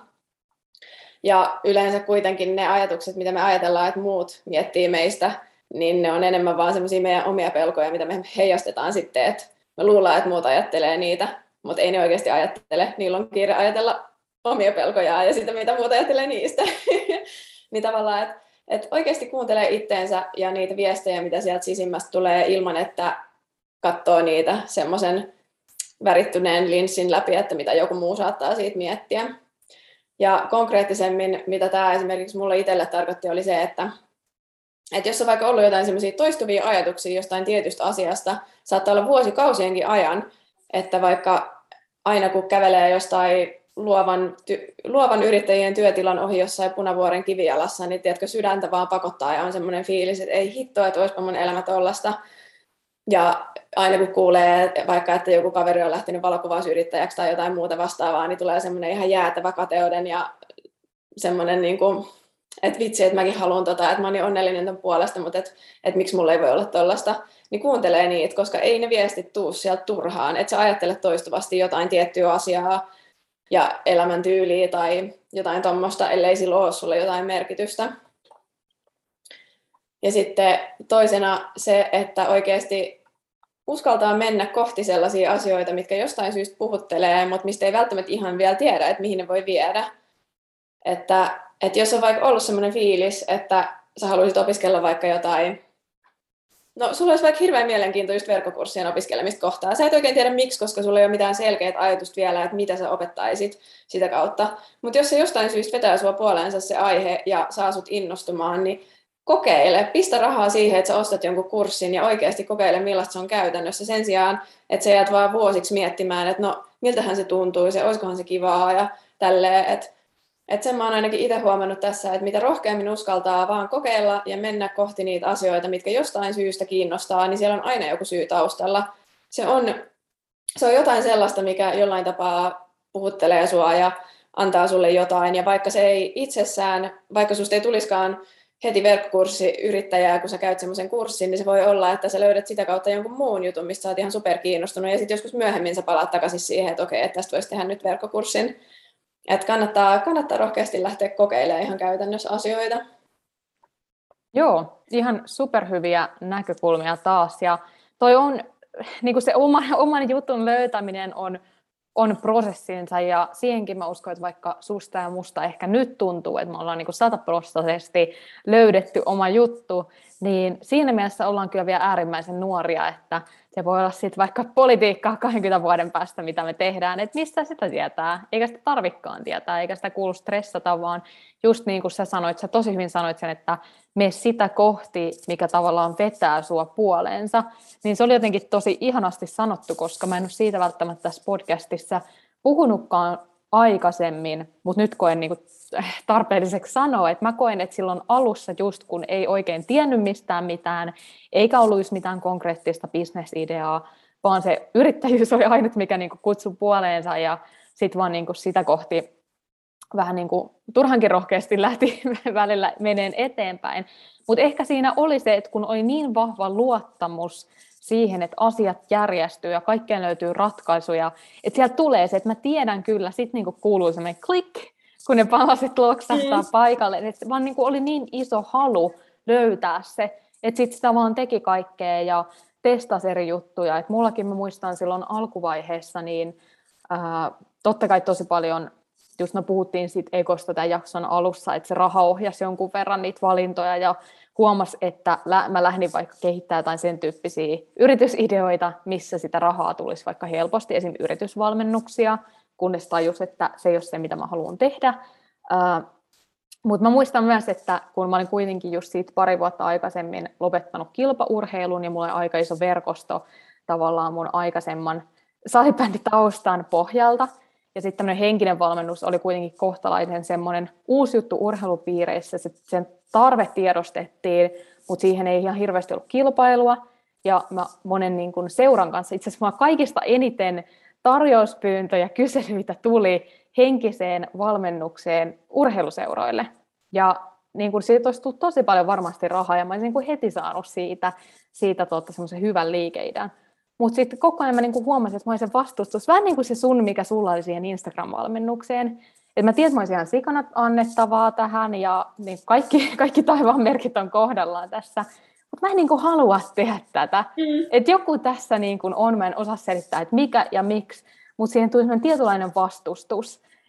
S3: Ja yleensä kuitenkin ne ajatukset, mitä me ajatellaan, että muut miettii meistä, niin ne on enemmän vaan semmoisia meidän omia pelkoja, mitä me heijastetaan sitten, että me luullaan, että muut ajattelee niitä, mutta ei ne oikeasti ajattele. Niillä on kiire ajatella omia pelkojaan ja sitä, mitä muuta ajattelee niistä. Niin tavallaan, että et oikeasti kuuntelee itteensä ja niitä viestejä, mitä sieltä sisimmästä tulee ilman, että katsoo niitä semmoisen värittyneen linssin läpi, että mitä joku muu saattaa siitä miettiä. Ja konkreettisemmin, mitä tämä esimerkiksi mulle itselle tarkoitti, oli se, että, että jos on vaikka ollut jotain semmoisia toistuvia ajatuksia jostain tietystä asiasta, saattaa olla vuosikausienkin ajan, että vaikka aina kun kävelee jostain luovan, ty, luovan yrittäjien työtilan ohi jossain Punavuoren kivijalassa, niin tiedätkö, sydäntä vaan pakottaa ja on semmoinen fiilis, että ei hittoa, että olisipa mun elämä tollasta. Ja aina kun kuulee vaikka, että joku kaveri on lähtenyt valokuvausyrittäjäksi tai jotain muuta vastaavaa, niin tulee semmoinen ihan jäätävä kateuden ja semmoinen, niin kuin, että vitsi, että mäkin haluan tota, että mä oon niin onnellinen ton puolesta, mutta että, että miksi mulla ei voi olla tollasta. Niin kuuntelee niitä, koska ei ne viestit tuu sieltä turhaan. Että sä ajattelet toistuvasti jotain tiettyä asiaa ja elämäntyyliä tai jotain tommoista, ellei sillä ole sulle jotain merkitystä. Ja sitten toisena se, että oikeasti uskaltaa mennä kohti sellaisia asioita, mitkä jostain syystä puhuttelee, mutta mistä ei välttämättä ihan vielä tiedä, että mihin ne voi viedä. Että, että jos on vaikka ollut sellainen fiilis, että sä haluaisit opiskella vaikka jotain, no sulla olisi vaikka hirveän mielenkiintoista verkkokurssien opiskelemista kohtaa. Sä et oikein tiedä miksi, koska sulla ei ole mitään selkeää ajatusta vielä, että mitä sä opettaisit sitä kautta. Mutta jos se jostain syystä vetää sua puoleensa se aihe ja saa sut innostumaan, niin kokeile, pistä rahaa siihen, että sä ostat jonkun kurssin ja oikeasti kokeile, millaista se on käytännössä sen sijaan, että sä jäät vaan vuosiksi miettimään, että no miltähän se tuntuu, se olisikohan se kivaa ja tälleen, että et sen mä oon ainakin itse huomannut tässä, että mitä rohkeammin uskaltaa vaan kokeilla ja mennä kohti niitä asioita, mitkä jostain syystä kiinnostaa, niin siellä on aina joku syy taustalla. Se on, se on jotain sellaista, mikä jollain tapaa puhuttelee sua ja antaa sulle jotain, ja vaikka se ei itsessään, vaikka susta ei tulisikaan heti verkkokurssiyrittäjää, kun sä käyt semmoisen kurssin, niin se voi olla, että sä löydät sitä kautta jonkun muun jutun, mistä sä oot ihan superkiinnostunut, ja sitten joskus myöhemmin sä palaat takaisin siihen, että okei, että tästä voisi tehdä nyt verkkokurssin. Että kannattaa, kannattaa rohkeasti lähteä kokeilemaan ihan käytännössä asioita.
S2: Joo, ihan superhyviä näkökulmia taas, ja toi on, niin kuin se oman, oman jutun löytäminen on on prosessinsa, ja siihenkin mä uskon, että vaikka susta ja musta ehkä nyt tuntuu, että me ollaan niin kuin sataprosenttisesti löydetty oma juttu, niin siinä mielessä ollaan kyllä vielä äärimmäisen nuoria, että se voi olla sitten vaikka politiikkaa kaksikymmentä vuoden päästä, mitä me tehdään, että mistä sitä tietää, eikä sitä tarvikaan tietää, eikä sitä kuulu stressata, vaan just niin kuin sä sanoit, sä tosi hyvin sanoit sen, että mene sitä kohti, mikä tavallaan vetää sua puoleensa, niin se oli jotenkin tosi ihanasti sanottu, koska mä en ole siitä välttämättä tässä podcastissa puhunutkaan aikaisemmin, mutta nyt koen niin kuin tarpeelliseksi sanoa, että mä koen, että silloin alussa just kun ei oikein tiennyt mistään mitään, eikä ollut mitään konkreettista bisnesideaa, vaan se yrittäjyys oli ainut, mikä niin kuin kutsui puoleensa, ja sitten vaan niin kuin sitä kohti vähän niin kuin turhankin rohkeasti lähti välillä meneen eteenpäin. Mutta ehkä siinä oli se, että kun oli niin vahva luottamus siihen, että asiat järjestyy ja kaikkeen löytyy ratkaisuja, että sieltä tulee se, että mä tiedän kyllä, sitten niin kuin kuuluu semmoinen klik, kun ne palaset loksahtaa mm. paikalle, että vaan niin kuin oli niin iso halu löytää se, että sitten sitä vaan teki kaikkea ja testasi eri juttuja. Et mullakin mä muistan silloin alkuvaiheessa, niin ää, totta kai tosi paljon, just me puhuttiin siitä ekosta tämän jakson alussa, että se raha ohjasi jonkun verran niitä valintoja ja huomasi, että lä- mä lähdin vaikka kehittämään jotain sen tyyppisiä yritysideoita, missä sitä rahaa tulisi vaikka helposti, esimerkiksi yritysvalmennuksia, kunnes tajus, että se ei ole se, mitä mä haluan tehdä. Uh, Mutta mä muistan myös, että kun mä olin kuitenkin just siitä pari vuotta aikaisemmin lopettanut kilpaurheilun ja mulla oli aika iso verkosto tavallaan mun aikaisemman salibänditaustan pohjalta, ja sitten tämmöinen henkinen valmennus oli kuitenkin kohtalainen semmoinen uusi juttu urheilupiireissä, sen tarve tiedostettiin, mutta siihen ei ihan hirveästi ollut kilpailua, ja mä monen niin kun seuran kanssa, itse asiassa kaikista eniten tarjouspyyntöjä, kyselyitä tuli henkiseen valmennukseen urheiluseuroille. Ja niin kun siitä olisi tullut tosi paljon varmasti rahaa, ja mä olisin niin kun heti saanut siitä, siitä tuota, semmoisen hyvän liikeidän. Mutta sitten koko ajan mä niin kun huomasin, että mä olisin vastustus, vähän niin kuin se sun, mikä sulla oli siihen Instagram-valmennukseen. Et mä tiedän, että mä olisin ihan sikana annettavaa tähän, ja niin kaikki, kaikki taivaan merkit on kohdallaan tässä. Mutta mä en niin kuin halua tehdä tätä. Mm. Että joku tässä niin kuin on, mä en osaa selittää, että mikä ja miksi, mutta siihen tuli sellainen tietynlainen vastustus.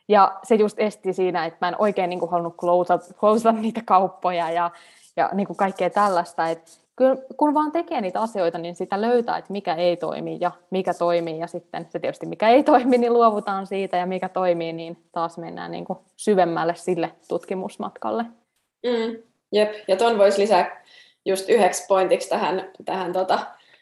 S2: Ja se just esti siinä, että mä en oikein niin kuin halunnut closata, closata niitä kauppoja ja, ja niin kuin kaikkea tällaista. Että kyllä, kun vaan tekee niitä asioita, niin sitä löytää, että mikä ei toimi ja mikä toimii. Ja sitten se tietysti mikä ei toimi, niin luovutaan siitä. Ja mikä toimii, niin taas mennään niin kuin syvemmälle sille tutkimusmatkalle.
S3: Mm, jep, ja ton voisi lisää just yhdeksi pointiksi tähän, tähän tota,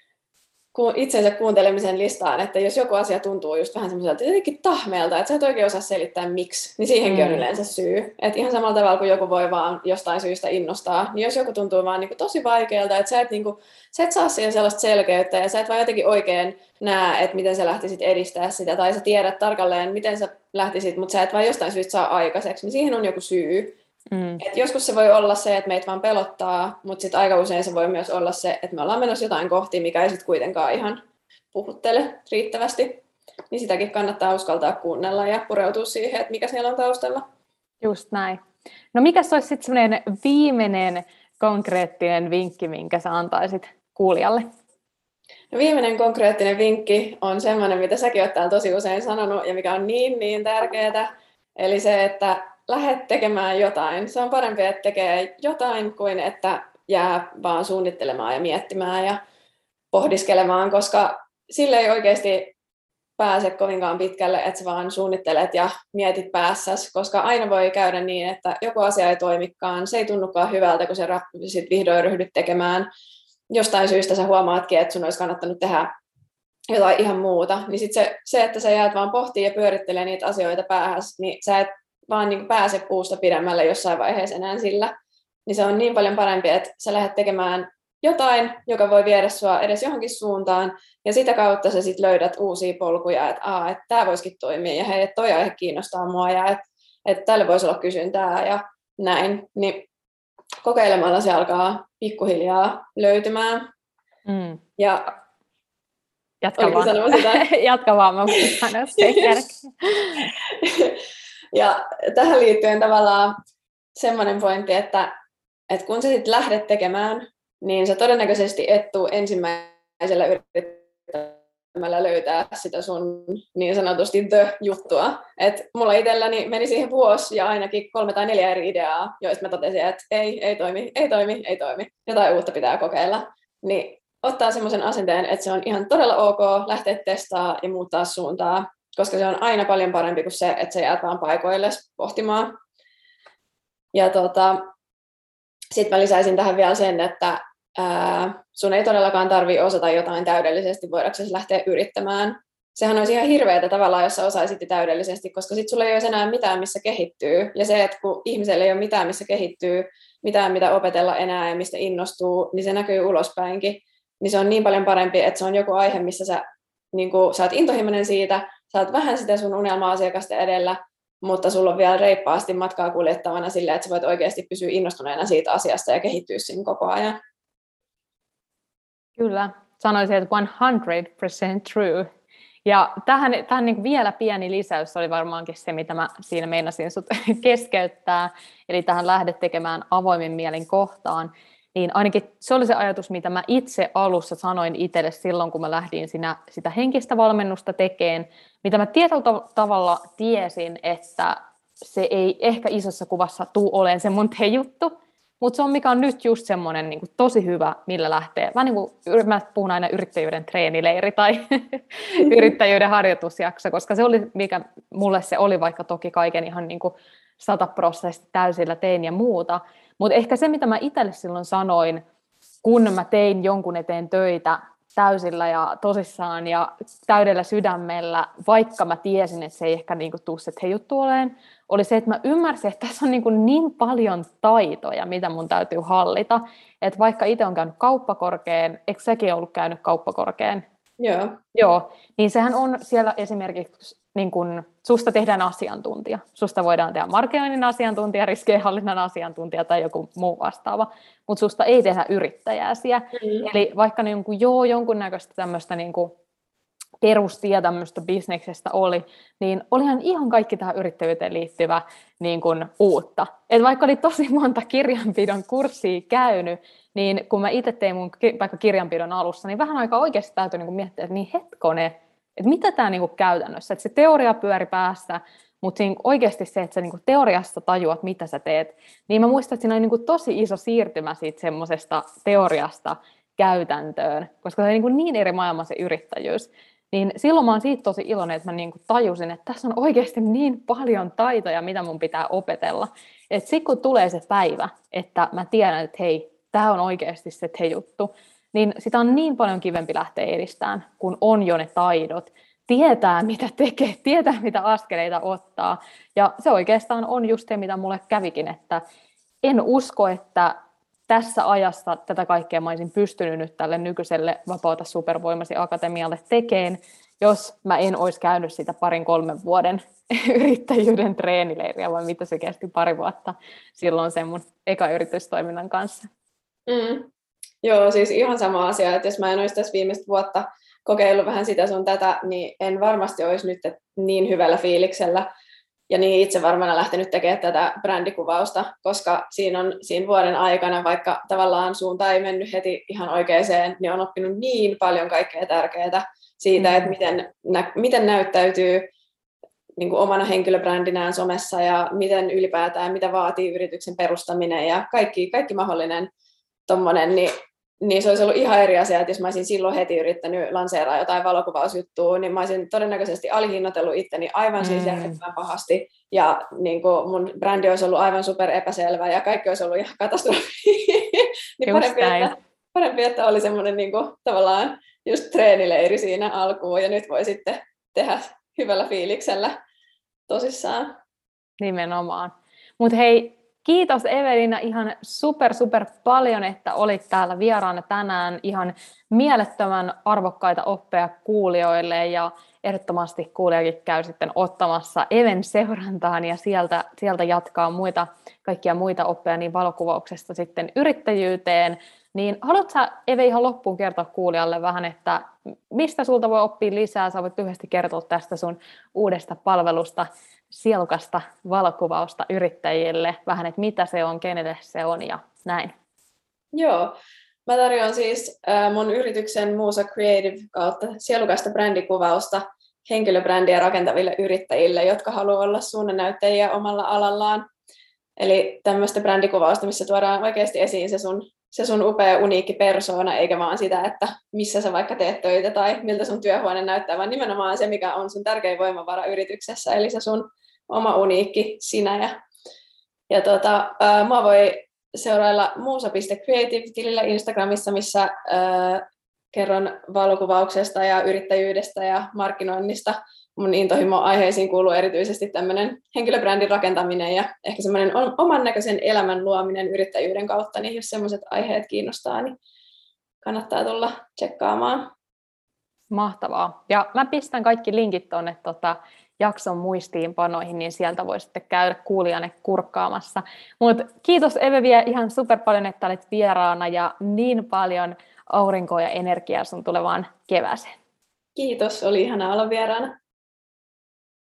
S3: itsensä kuuntelemisen listaan, että jos joku asia tuntuu just vähän semmoiselta jotenkin tahmeelta, että sä et oikein osaa selittää miksi, niin siihenkin mm. on yleensä syy. Että ihan samalla tavalla kuin joku voi vaan jostain syystä innostaa, niin jos joku tuntuu vaan niin kuin tosi vaikealta, että sä et, niin kuin, sä et saa siihen sellaista selkeyttä ja sä et vaan jotenkin oikein näe, että miten sä lähtisit edistää sitä, tai sä tiedät tarkalleen, miten sä lähtisit, mutta sä et vaan jostain syystä saa aikaiseksi, niin siihen on joku syy. Mm. Et joskus se voi olla se, että meitä vaan pelottaa, mutta sitten aika usein se voi myös olla se, että me ollaan menossa jotain kohti, mikä ei sitten kuitenkaan ihan puhuttele riittävästi. Niin sitäkin kannattaa uskaltaa kuunnella ja pureutua siihen, että mikä siellä on taustalla.
S2: Just näin. No mikäs olisi sitten semmoinen viimeinen konkreettinen vinkki, minkä sä antaisit kuulijalle?
S3: No viimeinen konkreettinen vinkki on semmoinen, mitä säkin olet täällä tosi usein sanonut ja mikä on niin niin tärkeää. Eli se, että lähde tekemään jotain. Se on parempi, että tekee jotain kuin että jää vaan suunnittelemaan ja miettimään ja pohdiskelemaan, koska sille ei oikeasti pääse kovinkaan pitkälle, että sä vaan suunnittelet ja mietit päässäsi, koska aina voi käydä niin, että joku asia ei toimikaan, se ei tunnukaan hyvältä, kun sä sit vihdoin ryhdyt tekemään. Jostain syystä sä huomaatkin, että sun olisi kannattanut tehdä jotain ihan muuta. Niin sit se, se, että sä jäät vaan pohtii ja pyörittelee niitä asioita päähäs, niin sä et vaan niin pääse puusta pidemmälle jossain vaiheessa enää sillä. Niin se on niin paljon parempi, että sä lähdet tekemään jotain, joka voi viedä sua edes johonkin suuntaan, ja sitä kautta sä sit löydät uusia polkuja, että aa, että tää voisikin toimia, ja hei, että toi aihe kiinnostaa mua, ja että, että tälle voisi olla kysyntää, ja näin. Niin kokeilemalla se alkaa pikkuhiljaa löytymään. Mm. Ja
S2: Jatka vaan. Jatka vaan, mä sanoa se
S3: Ja tähän liittyen tavallaan semmoinen pointti, että, että kun sä sitten lähdet tekemään, niin sä todennäköisesti et tuu ensimmäisellä yrittämällä löytää sitä sun niin sanotusti the-juttua. Et mulla itselläni meni siihen vuosi ja ainakin kolme tai neljä eri ideaa, joista mä totesin, että ei, ei toimi, ei toimi, ei toimi. Jotain uutta pitää kokeilla. Niin ottaa semmoisen asenteen, että se on ihan todella ok lähteä testaamaan ja muuttaa suuntaa, koska se on aina paljon parempi kuin se, että sä jäät vaan paikoille pohtimaan. Ja tota, sitten mä lisäisin tähän vielä sen, että ää, sun ei todellakaan tarvitse osata jotain täydellisesti, voidaanko lähteä yrittämään. Sehän olisi ihan hirveätä tavallaan, jos sä osaisit täydellisesti, koska sitten sulla ei olisi enää mitään, missä kehittyy. Ja se, että kun ihmisellä ei ole mitään, missä kehittyy, mitään, mitä opetella enää ja mistä innostuu, niin se näkyy ulospäinkin. Niin se on niin paljon parempi, että se on joku aihe, missä sä, niin kun, sä oot intohimoinen siitä, sä oot vähän sitä sun unelma-asiakasta edellä, mutta sulla on vielä reippaasti matkaa kuljettavana sillä, että sä voit oikeasti pysyä innostuneena siitä asiasta ja kehittyä siinä koko ajan.
S2: Kyllä, sanoisin, että sata prosenttia true. Ja tähän, tähän niin vielä pieni lisäys oli varmaankin se, mitä mä siinä meinasin sut keskeyttää, eli tähän lähdet tekemään avoimin mielin kohtaan. Niin ainakin se oli se ajatus, mitä mä itse alussa sanoin itselle silloin, kun mä lähdin siinä, sitä henkistä valmennusta tekemään, mitä mä tietyllä tavalla tiesin, että se ei ehkä isossa kuvassa tule olemaan se mun juttu, mutta se on mikä on nyt just semmoinen niin kuin tosi hyvä, millä lähtee. Vähän niin kuin mä puhun aina yrittäjyyden treenileiri tai yrittäjyyden harjoitusjakso, koska se oli, mikä mulle se oli, vaikka toki kaiken ihan niin kuin sataprosenttisesti täysillä tein ja muuta. Mutta ehkä se, mitä mä itselle silloin sanoin, kun mä tein jonkun eteen töitä täysillä ja tosissaan ja täydellä sydämellä, vaikka mä tiesin, että se ei ehkä niinku tuu se juttu oleen, oli se, että mä ymmärsin, että tässä on niinku niin paljon taitoja, mitä mun täytyy hallita, että vaikka itse on käynyt kauppakorkean, eikö säkin ollut käynyt kauppakorkean?
S3: Joo.
S2: Joo, niin sehän on siellä esimerkiksi, niin kun, susta tehdään asiantuntija. Susta voidaan tehdä markkinoinnin asiantuntija, riskienhallinnan asiantuntija tai joku muu vastaava, mutta susta ei tehdä yrittäjää siellä. Mm. Eli vaikka niin kun, joo, jonkunnäköistä tämmöistä niin kun perustietämystä bisneksestä oli, niin olihan ihan kaikki tähän yrittäjyyteen liittyvä niin kun, uutta. Et vaikka oli tosi monta kirjanpidon kurssia käynyt, niin kun mä itse tein mun vaikka kirjanpidon alussa, niin vähän aikaa oikeasti täytyy niin kun miettiä, että niin hetkonen, että mitä tämä niinku käytännössä, että se teoria pyöri päässä, mutta siinä oikeasti se, että sä niinku teoriassa tajuat, mitä sä teet, niin mä muistan, että siinä oli niinku tosi iso siirtymä siitä semmoisesta teoriasta käytäntöön, koska se on niinku niin eri maailma se yrittäjyys. Niin silloin mä oon siitä tosi iloinen, että mä niinku tajusin, että tässä on oikeasti niin paljon taitoja, mitä mun pitää opetella. Että sitten kun tulee se päivä, että mä tiedän, että hei, tämä on oikeasti se te-juttu, niin sitä on niin paljon kivempi lähteä edistämään, kun on jo ne taidot, tietää mitä tekee, tietää mitä askeleita ottaa. Ja se oikeastaan on just se, mitä mulle kävikin, että en usko, että tässä ajassa tätä kaikkea mä olisin pystynyt nyt tälle nykyiselle Vapauta supervoimasi akatemialle tekemään, jos mä en olisi käynyt sitä parin kolmen vuoden yrittäjyyden treenileiriä, vai mitä se kesti pari vuotta silloin sen mun eka yritystoiminnan kanssa.
S3: Mm. Joo, siis ihan sama asia, että jos mä en olisi tässä viimeistä vuotta kokeillut vähän sitä sun tätä, niin en varmasti olisi nyt niin hyvällä fiiliksellä ja niin itse varmana lähtenyt tekemään tätä brändikuvausta, koska siinä on siinä vuoden aikana, vaikka tavallaan suunta ei mennyt heti ihan oikeeseen, niin on oppinut niin paljon kaikkea tärkeää siitä, mm. että miten, nä- miten näyttäytyy niin kuin omana henkilöbrändinään somessa ja miten ylipäätään, mitä vaatii yrityksen perustaminen ja kaikki, kaikki mahdollinen tommonen, niin, niin se olisi ollut ihan eri asia, että jos mä olisin silloin heti yrittänyt lanseeraa jotain valokuvausjuttua, niin mä olisin todennäköisesti alihinnoitellut itteni aivan siis järjettömän pahasti, ja niin kuin mun brändi olisi ollut aivan super epäselvä, ja kaikki olisi ollut ihan katastrofi. Niin parempi, että, parempi, että oli semmoinen niin kuin, tavallaan just treenileiri siinä alkuun, ja nyt voi sitten tehdä hyvällä fiiliksellä tosissaan.
S2: Nimenomaan. Mutta hei, kiitos Evelina ihan super, super paljon, että olit täällä vieraana tänään. Ihan mielettömän arvokkaita oppeja kuulijoille ja ehdottomasti kuulijakin käy sitten ottamassa Even seurantaan ja sieltä, sieltä jatkaa muita, kaikkia muita oppeja niin valokuvauksesta sitten yrittäjyyteen. Niin haluatko sä, Eve, ihan loppuun kertoa kuulijalle vähän, että mistä sulta voi oppia lisää? Sä voit lyhyesti kertoa tästä sun uudesta palvelusta, sielukasta valokuvausta yrittäjille, vähän, että mitä se on, kenelle se on ja näin.
S3: Joo, mä tarjoan siis äh, mun yrityksen Muusa Creative kautta sielukasta brändikuvausta henkilöbrändiä rakentaville yrittäjille, jotka haluaa olla suunnannäyttäjiä omalla alallaan. Eli tämmöistä brändikuvausta, missä tuodaan oikeasti esiin se sun, se sun upea, uniikki persoona, eikä vaan sitä, että missä sä vaikka teet töitä tai miltä sun työhuone näyttää, vaan nimenomaan se, mikä on sun tärkein voimavara yrityksessä, eli se sun oma uniikki sinä. Ja, ja tota, ää, mua voi seurailla muusa piste creative-tilillä Instagramissa, missä ää, kerron valokuvauksesta ja yrittäjyydestä ja markkinoinnista. Mun intohimo-aiheisiin kuuluu erityisesti tämmöinen henkilöbrändin rakentaminen ja ehkä semmoinen oman näköisen elämän luominen yrittäjyyden kautta, niin jos semmoiset aiheet kiinnostaa, niin kannattaa tulla tsekkaamaan.
S2: Mahtavaa. Ja mä pistän kaikki linkit tuonne tota, jakson muistiinpanoihin, niin sieltä voi sitten käydä kuulijanne kurkkaamassa. Mutta kiitos Eve vielä ihan super paljon, että olet vieraana ja niin paljon aurinkoa ja energiaa sun tulevaan kevääseen.
S3: Kiitos, oli ihanaa olla vieraana.